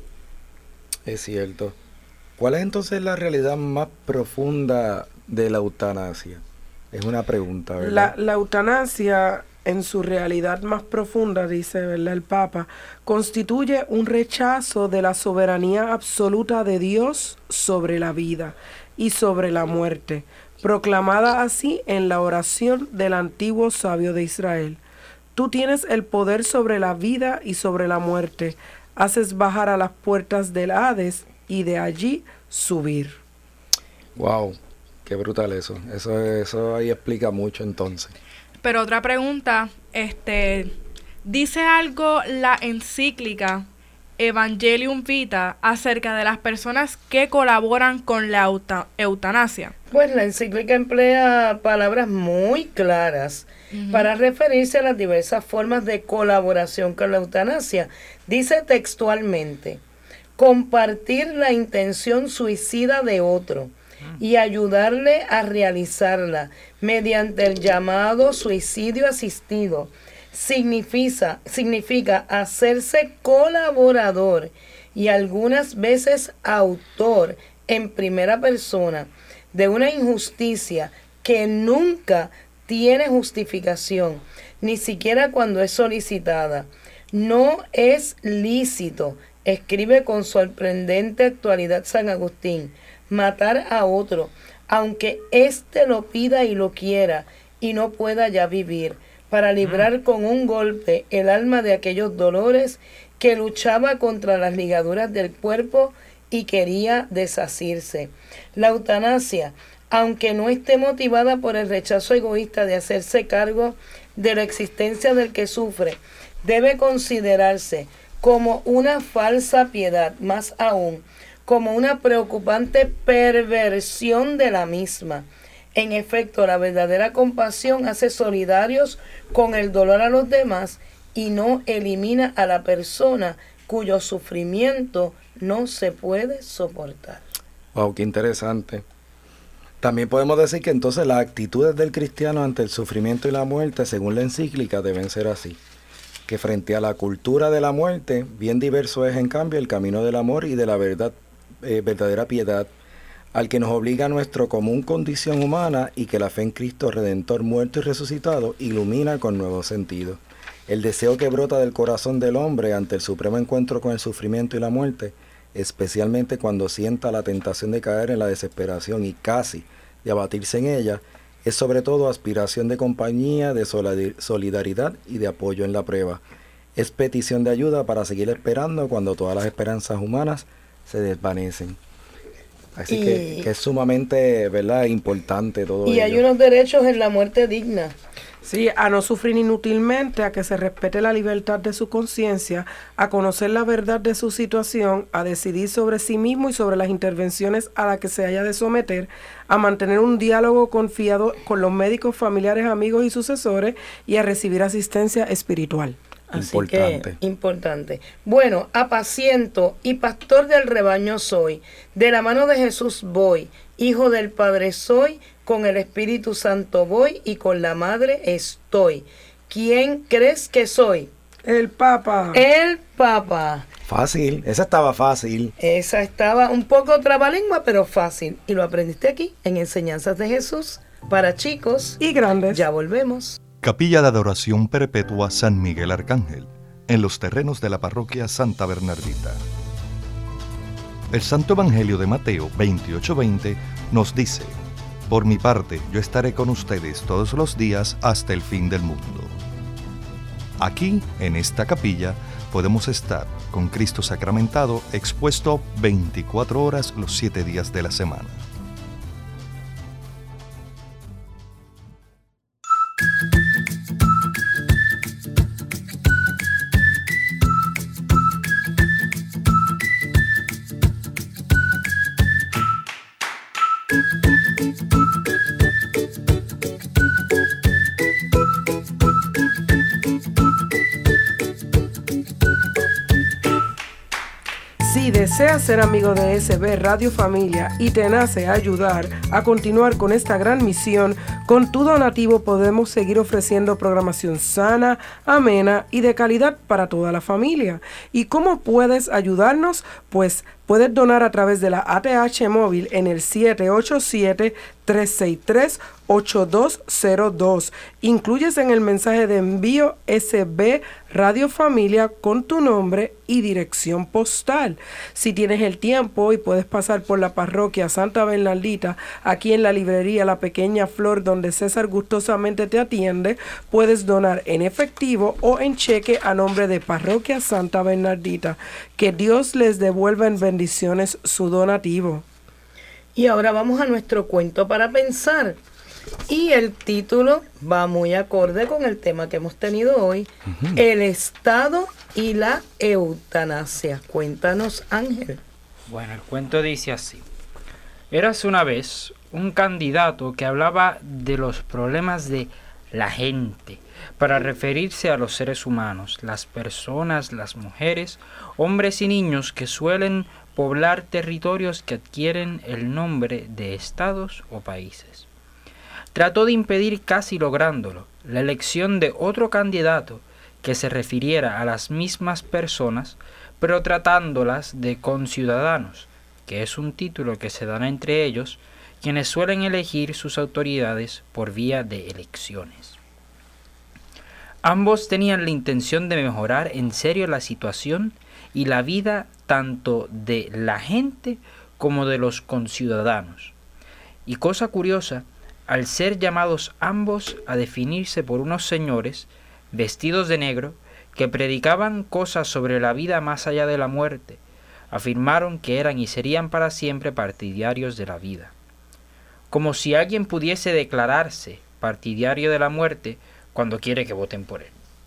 Es cierto. ¿Cuál es entonces la realidad más profunda de la eutanasia? Es una pregunta, ¿verdad? La eutanasia, en su realidad más profunda, dice, ¿verdad?, el Papa, constituye un rechazo de la soberanía absoluta de Dios sobre la vida y sobre la muerte, proclamada así en la oración del antiguo sabio de Israel. Tú tienes el poder sobre la vida y sobre la muerte, haces bajar a las puertas del Hades y de allí subir. Wow, qué brutal eso. Eso ahí explica mucho entonces. Pero otra pregunta, ¿dice algo la encíclica Evangelium Vitae acerca de las personas que colaboran con la eutanasia? Pues la encíclica emplea palabras muy claras para referirse a las diversas formas de colaboración con la eutanasia. Dice textualmente, compartir la intención suicida de otro y ayudarle a realizarla mediante el llamado suicidio asistido. Significa hacerse colaborador y algunas veces autor en primera persona de una injusticia que nunca tiene justificación, ni siquiera cuando es solicitada. No es lícito, escribe con sorprendente actualidad San Agustín, matar a otro, aunque éste lo pida y lo quiera y no pueda ya vivir, para librar con un golpe el alma de aquellos dolores que luchaba contra las ligaduras del cuerpo y quería desasirse. La eutanasia, aunque no esté motivada por el rechazo egoísta de hacerse cargo de la existencia del que sufre, debe considerarse como una falsa piedad, más aún, como una preocupante perversión de la misma. En efecto, la verdadera compasión hace solidarios con el dolor a los demás y no elimina a la persona cuyo sufrimiento no se puede soportar. Wow, qué interesante. También podemos decir que entonces las actitudes del cristiano ante el sufrimiento y la muerte, según la encíclica, deben ser así. Que frente a la cultura de la muerte, bien diverso es en cambio el camino del amor y de la verdadera piedad, al que nos obliga nuestra común condición humana y que la fe en Cristo Redentor muerto y resucitado ilumina con nuevo sentido. El deseo que brota del corazón del hombre ante el supremo encuentro con el sufrimiento y la muerte, especialmente cuando sienta la tentación de caer en la desesperación y casi de abatirse en ella, es sobre todo aspiración de compañía, de solidaridad y de apoyo en la prueba. Es petición de ayuda para seguir esperando cuando todas las esperanzas humanas se desvanecen. Así que es sumamente, ¿verdad?, importante todo ello. Y hay unos derechos en la muerte digna. Sí, a no sufrir inútilmente, a que se respete la libertad de su conciencia, a conocer la verdad de su situación, a decidir sobre sí mismo y sobre las intervenciones a las que se haya de someter, a mantener un diálogo confiado con los médicos, familiares, amigos y sucesores y a recibir asistencia espiritual. Así que, importante. Bueno, apaciento y pastor del rebaño soy, de la mano de Jesús voy, hijo del Padre soy, con el Espíritu Santo voy y con la Madre estoy. ¿Quién crees que soy? El Papa. El Papa. Fácil, esa estaba fácil. Esa estaba un poco trabalengua, pero fácil. Y lo aprendiste aquí, en Enseñanzas de Jesús, para chicos y grandes. Ya volvemos. Capilla de Adoración Perpetua San Miguel Arcángel, en los terrenos de la parroquia Santa Bernardita. El Santo Evangelio de Mateo 28:20 nos dice: por mi parte, yo estaré con ustedes todos los días hasta el fin del mundo. Aquí, en esta capilla, podemos estar con Cristo sacramentado expuesto 24 horas los 7 días de la semana. Si deseas ser amigo de SB Radio Familia y te nace ayudar a continuar con esta gran misión, con tu donativo podemos seguir ofreciendo programación sana, amena y de calidad para toda la familia. ¿Y cómo puedes ayudarnos? Pues puedes donar a través de la ATH móvil en el 787-363-8202. Incluyes en el mensaje de envío SB Radio Familia con tu nombre y dirección postal. Si tienes el tiempo y puedes pasar por la parroquia Santa Bernardita, aquí en la librería La Pequeña Flor, donde César gustosamente te atiende, puedes donar en efectivo o en cheque a nombre de Parroquia Santa Bernardita. Que Dios les devuelva en bendiciones su donativo. Y ahora vamos a nuestro cuento para pensar. Y el título va muy acorde con el tema que hemos tenido hoy, el Estado y la eutanasia. Cuéntanos, Ángel. Bueno, el cuento dice así. Érase una vez un candidato que hablaba de los problemas de la gente para referirse a los seres humanos, las personas, las mujeres, hombres y niños que suelen poblar territorios que adquieren el nombre de estados o países. Trató de impedir, casi lográndolo, la elección de otro candidato que se refiriera a las mismas personas, pero tratándolas de conciudadanos, que es un título que se dan entre ellos, quienes suelen elegir sus autoridades por vía de elecciones. Ambos tenían la intención de mejorar en serio la situación y la vida tanto de la gente como de los conciudadanos. Y cosa curiosa, al ser llamados ambos a definirse por unos señores vestidos de negro que predicaban cosas sobre la vida más allá de la muerte, afirmaron que eran y serían para siempre partidarios de la vida. Como si alguien pudiese declararse partidario de la muerte cuando quiere que voten por él.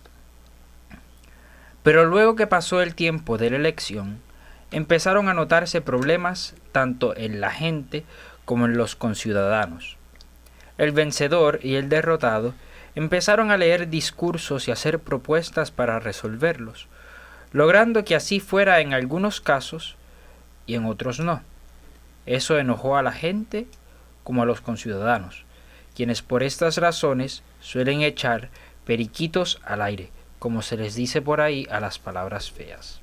Pero luego que pasó el tiempo de la elección, empezaron a notarse problemas tanto en la gente como en los conciudadanos. El vencedor y el derrotado empezaron a leer discursos y hacer propuestas para resolverlos, logrando que así fuera en algunos casos y en otros no. Eso enojó a la gente como a los conciudadanos, quienes por estas razones suelen echar periquitos al aire, como se les dice por ahí a las palabras feas.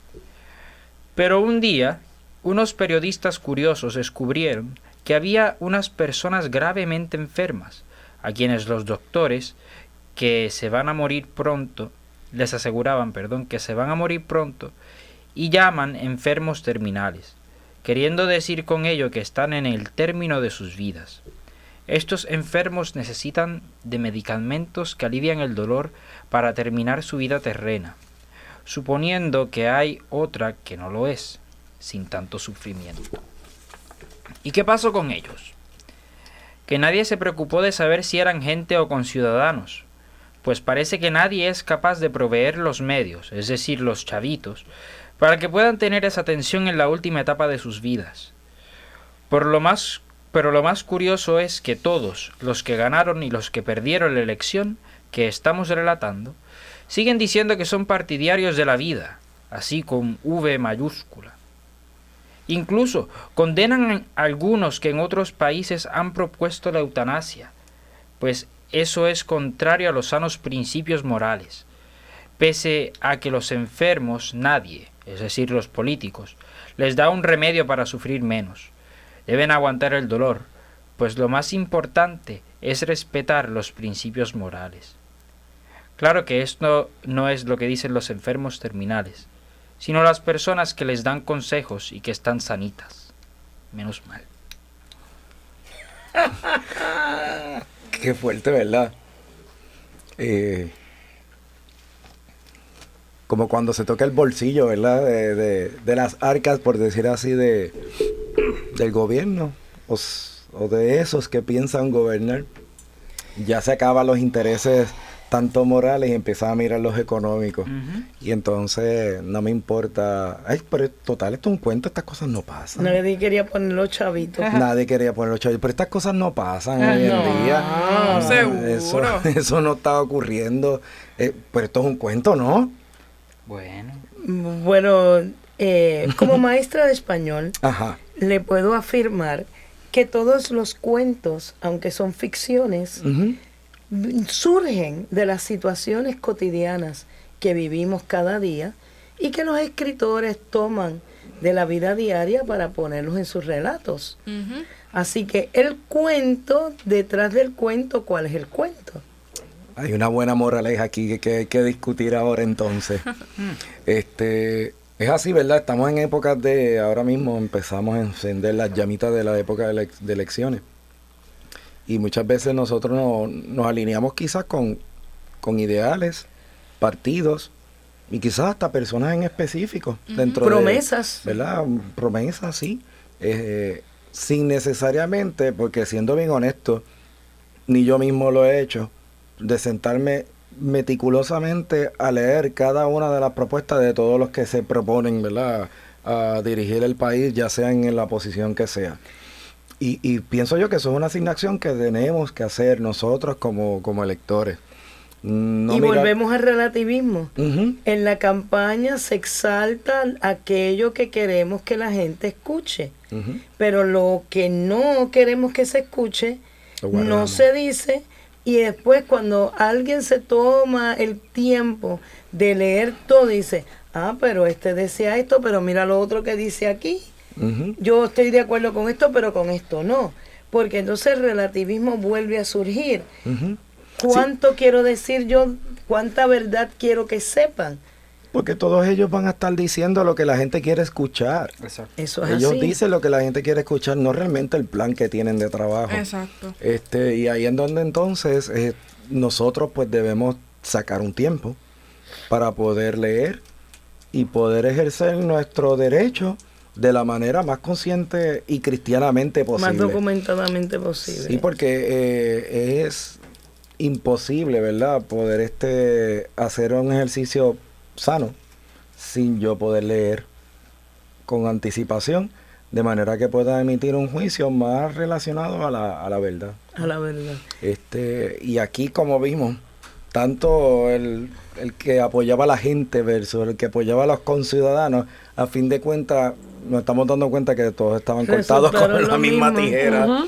Pero un día, unos periodistas curiosos descubrieron que había unas personas gravemente enfermas, a quienes los doctores que se van a morir pronto, les aseguraban, que se van a morir pronto, y llaman enfermos terminales, queriendo decir con ello que están en el término de sus vidas. Estos enfermos necesitan de medicamentos que alivian el dolor para terminar su vida terrena, suponiendo que hay otra que no lo es, sin tanto sufrimiento. ¿Y qué pasó con ellos? Que nadie se preocupó de saber si eran gente o conciudadanos, pues parece que nadie es capaz de proveer los medios, es decir, los chavitos, para que puedan tener esa atención en la última etapa de sus vidas. Pero lo más curioso es que todos, los que ganaron y los que perdieron la elección que estamos relatando, siguen diciendo que son partidarios de la vida, así con V mayúscula. Incluso condenan a algunos que en otros países han propuesto la eutanasia, pues eso es contrario a los sanos principios morales, pese a que los enfermos nadie, es decir, los políticos, les da un remedio para sufrir menos. Deben aguantar el dolor, pues lo más importante es respetar los principios morales. Claro que esto no es lo que dicen los enfermos terminales, sino las personas que les dan consejos y que están sanitas. Menos mal. Qué fuerte, ¿verdad? Como cuando se toca el bolsillo, ¿verdad? De las arcas, por decir así, del gobierno o de esos que piensan gobernar. Ya se acaban los intereses tanto morales y empiezan a mirar los económicos. Y entonces no me importa. Ay, pero total, esto es un cuento, estas cosas no pasan. Nadie quería poner los chavitos. Nadie quería poner los chavitos, pero estas cosas no pasan hoy en día. No, seguro. Eso no está ocurriendo. Pero esto es un cuento, ¿no? Bueno, Como maestra de español, Ajá. le puedo afirmar que todos los cuentos, aunque son ficciones, surgen de las situaciones cotidianas que vivimos cada día y que los escritores toman de la vida diaria para ponerlos en sus relatos. Así que el cuento, detrás del cuento, ¿cuál es el cuento? Hay una buena moraleja aquí que hay que discutir ahora entonces. Es así, ¿verdad? Estamos en épocas de, ahora mismo empezamos a encender las llamitas de la época de elecciones. Y muchas veces nosotros nos alineamos quizás con ideales, partidos y quizás hasta personas en específico. Dentro promesas. ¿Verdad? Promesas, sí. Sin necesariamente, porque siendo bien honesto, ni yo mismo lo he hecho, de sentarme meticulosamente a leer cada una de las propuestas de todos los que se proponen, ¿verdad?, a dirigir el país, ya sea en la posición que sea. Y pienso yo que eso es una asignación que tenemos que hacer nosotros como electores. No y mirar... volvemos al relativismo. En la campaña se exalta aquello que queremos que la gente escuche, pero lo que no queremos que se escuche no se dice. Y después cuando alguien se toma el tiempo de leer todo, dice, pero este decía esto, pero mira lo otro que dice aquí. Yo estoy de acuerdo con esto, pero con esto no. Porque entonces el relativismo vuelve a surgir. ¿Cuánto quiero decir yo? ¿Cuánta verdad quiero que sepan? Porque todos ellos van a estar diciendo lo que la gente quiere escuchar. exacto. Eso es Ellos así. dicen lo que la gente quiere escuchar, no realmente el plan que tienen de trabajo. Exacto. Y ahí en donde entonces nosotros pues debemos sacar un tiempo para poder leer y poder ejercer nuestro derecho de la manera más consciente y cristianamente posible. Más documentadamente posible. Sí, porque es imposible, ¿verdad?, poder hacer un ejercicio sano sin yo poder leer con anticipación, de manera que pueda emitir un juicio más relacionado a la verdad. A la verdad. Y aquí, como vimos, tanto el que apoyaba a la gente versus el que apoyaba a los conciudadanos, a fin de cuentas nos estamos dando cuenta que todos estaban cortados con la misma tijera.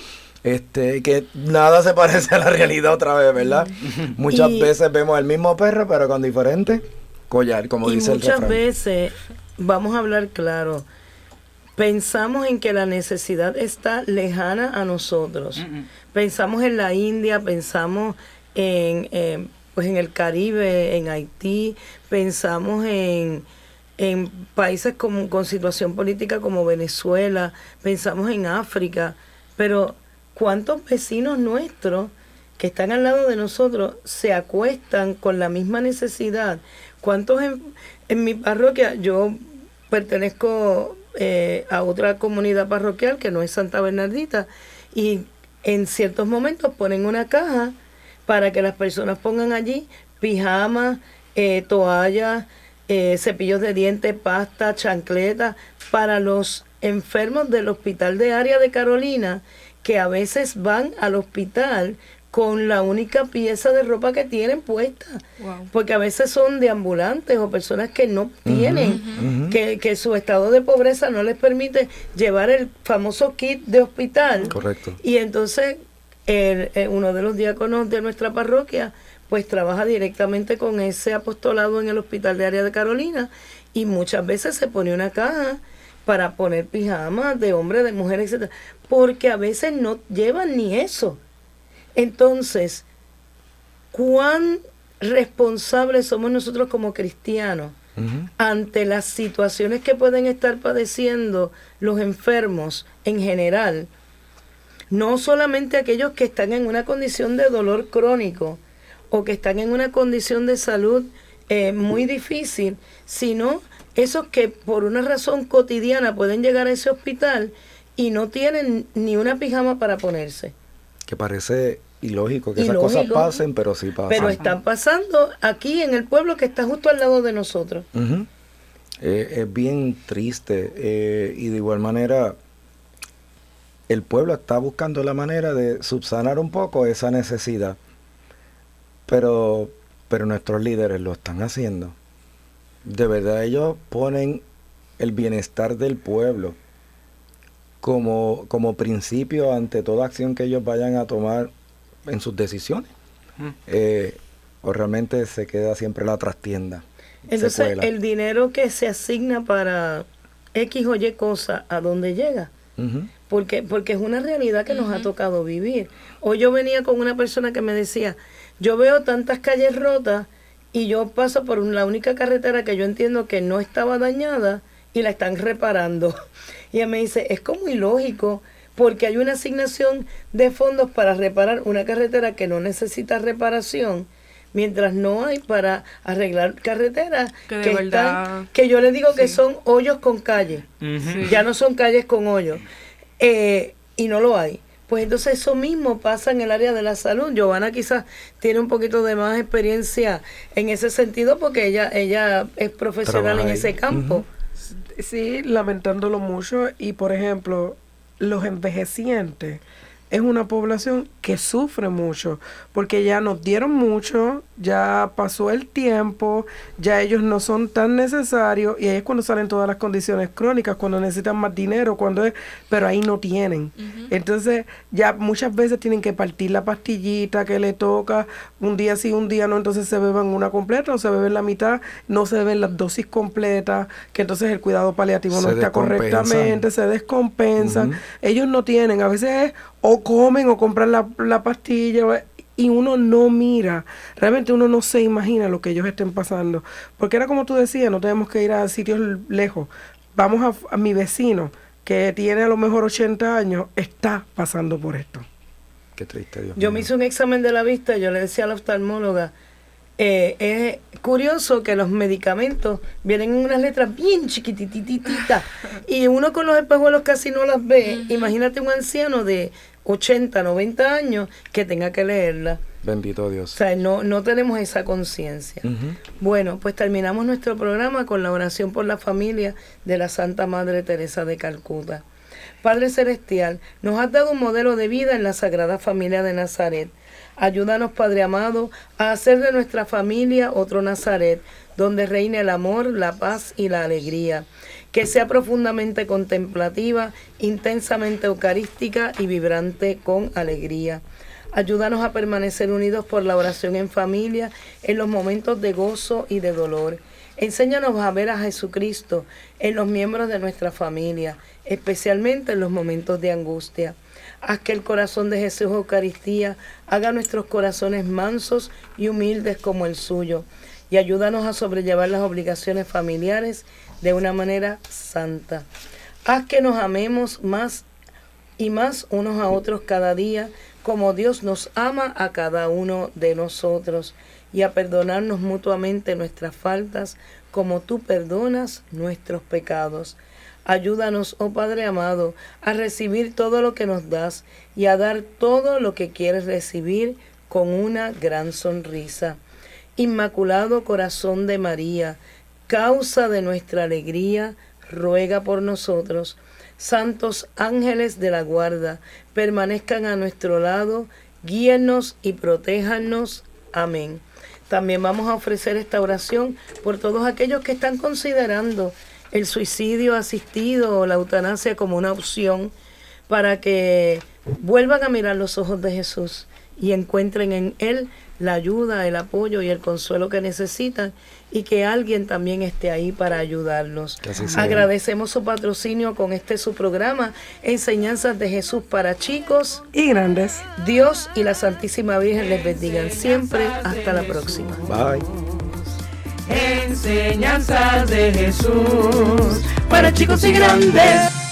Que nada se parece a la realidad otra vez, ¿verdad? Muchas veces vemos el mismo perro, pero con diferente collar, como dice el refrán. Muchas veces, vamos a hablar claro, pensamos en que la necesidad está lejana a nosotros. Pensamos en la India, pensamos en el Caribe, en Haití, pensamos en países con situación política como Venezuela, pensamos en África, pero ¿cuántos vecinos nuestros que están al lado de nosotros se acuestan con la misma necesidad? ¿Cuántos en mi parroquia? Yo pertenezco a otra comunidad parroquial que no es Santa Bernardita, y en ciertos momentos ponen una caja para que las personas pongan allí pijamas, toallas, cepillos de dientes, pasta, chancletas, para los enfermos del hospital de área de Carolina, que a veces van al hospital con la única pieza de ropa que tienen puesta. Wow. Porque a veces son deambulantes o personas que no tienen, que su estado de pobreza no les permite llevar el famoso kit de hospital. Correcto. Y entonces uno de los diáconos de nuestra parroquia pues trabaja directamente con ese apostolado en el hospital de área de Carolina, y muchas veces se pone una caja para poner pijamas de hombres, de mujeres, etcétera, porque a veces no llevan ni eso. Entonces, ¿cuán responsables somos nosotros como cristianos ante las situaciones que pueden estar padeciendo los enfermos en general, no solamente aquellos que están en una condición de dolor crónico o que están en una condición de salud muy difícil, sino esos que por una razón cotidiana pueden llegar a ese hospital y no tienen ni una pijama para ponerse. Que parece ilógico que esas cosas pasen, pero sí pasan. Pero están pasando aquí en el pueblo que está justo al lado de nosotros. Es bien triste y de igual manera el pueblo está buscando la manera de subsanar un poco esa necesidad, pero nuestros líderes lo están haciendo. De verdad ellos ponen el bienestar del pueblo como principio ante toda acción que ellos vayan a tomar en sus decisiones. O realmente se queda siempre la trastienda. Entonces el dinero que se asigna para X o Y cosa, ¿a dónde llega? Porque es una realidad que nos ha tocado vivir. Hoy yo venía con una persona que me decía, yo veo tantas calles rotas y yo paso por la única carretera que yo entiendo que no estaba dañada y la están reparando. Y ella me dice, es como ilógico, porque hay una asignación de fondos para reparar una carretera que no necesita reparación, mientras no hay para arreglar carreteras que yo le digo que son hoyos con calle. Ya no son calles con hoyos. Y no lo hay. Pues entonces eso mismo pasa en el área de la salud. Giovanna quizás tiene un poquito de más experiencia en ese sentido porque ella es profesional en ese campo. Sí, lamentándolo mucho. Y por ejemplo, los envejecientes es una población que sufre mucho, porque ya nos dieron mucho, ya pasó el tiempo, ya ellos no son tan necesarios, y ahí es cuando salen todas las condiciones crónicas, cuando necesitan más dinero, pero ahí no tienen. Entonces, ya muchas veces tienen que partir la pastillita que le toca, un día sí, un día no, entonces se beben una completa o se beben la mitad, no se beben las dosis completas, que entonces el cuidado paliativo no está correctamente, se descompensan. Ellos no tienen, a veces es o comen o compran la pastilla y uno no mira, realmente uno no se imagina lo que ellos estén pasando, porque era como tú decías, no tenemos que ir a sitios lejos, vamos a mi vecino que tiene a lo mejor 80 años, está pasando por esto. Qué triste, Dios mío. Yo me hice un examen de la vista, yo le decía a la oftalmóloga, es curioso que los medicamentos vienen en unas letras bien chiquitititas y uno con los espejuelos casi no las ve. Imagínate un anciano de 80, 90 años que tenga que leerla. Bendito Dios. O sea, no tenemos esa conciencia. Bueno, pues terminamos nuestro programa con la oración por la familia de la Santa Madre Teresa de Calcuta. Padre Celestial, nos has dado un modelo de vida en la Sagrada Familia de Nazaret. Ayúdanos, Padre amado, a hacer de nuestra familia otro Nazaret, donde reine el amor, la paz y la alegría. Que sea profundamente contemplativa, intensamente eucarística y vibrante con alegría. Ayúdanos a permanecer unidos por la oración en familia en los momentos de gozo y de dolor. Enséñanos a ver a Jesucristo en los miembros de nuestra familia, especialmente en los momentos de angustia. Haz que el corazón de Jesús Eucaristía haga nuestros corazones mansos y humildes como el suyo, y ayúdanos a sobrellevar las obligaciones familiares de una manera santa. Haz que nos amemos más y más unos a otros cada día, como Dios nos ama a cada uno de nosotros, y a perdonarnos mutuamente nuestras faltas, como tú perdonas nuestros pecados. Ayúdanos, oh Padre amado, a recibir todo lo que nos das y a dar todo lo que quieres recibir con una gran sonrisa. Inmaculado Corazón de María, causa de nuestra alegría, ruega por nosotros. Santos ángeles de la guarda, permanezcan a nuestro lado, guíennos y protéjanos. Amén. También vamos a ofrecer esta oración por todos aquellos que están considerando el suicidio asistido o la eutanasia como una opción, para que vuelvan a mirar los ojos de Jesús y encuentren en Él la ayuda, el apoyo y el consuelo que necesitan, y que alguien también esté ahí para ayudarlos. Agradecemos su patrocinio con su programa, Enseñanzas de Jesús para chicos y grandes. Dios y la Santísima Virgen les bendigan siempre. Hasta la próxima. Bye. Enseñanzas de Jesús para chicos y grandes.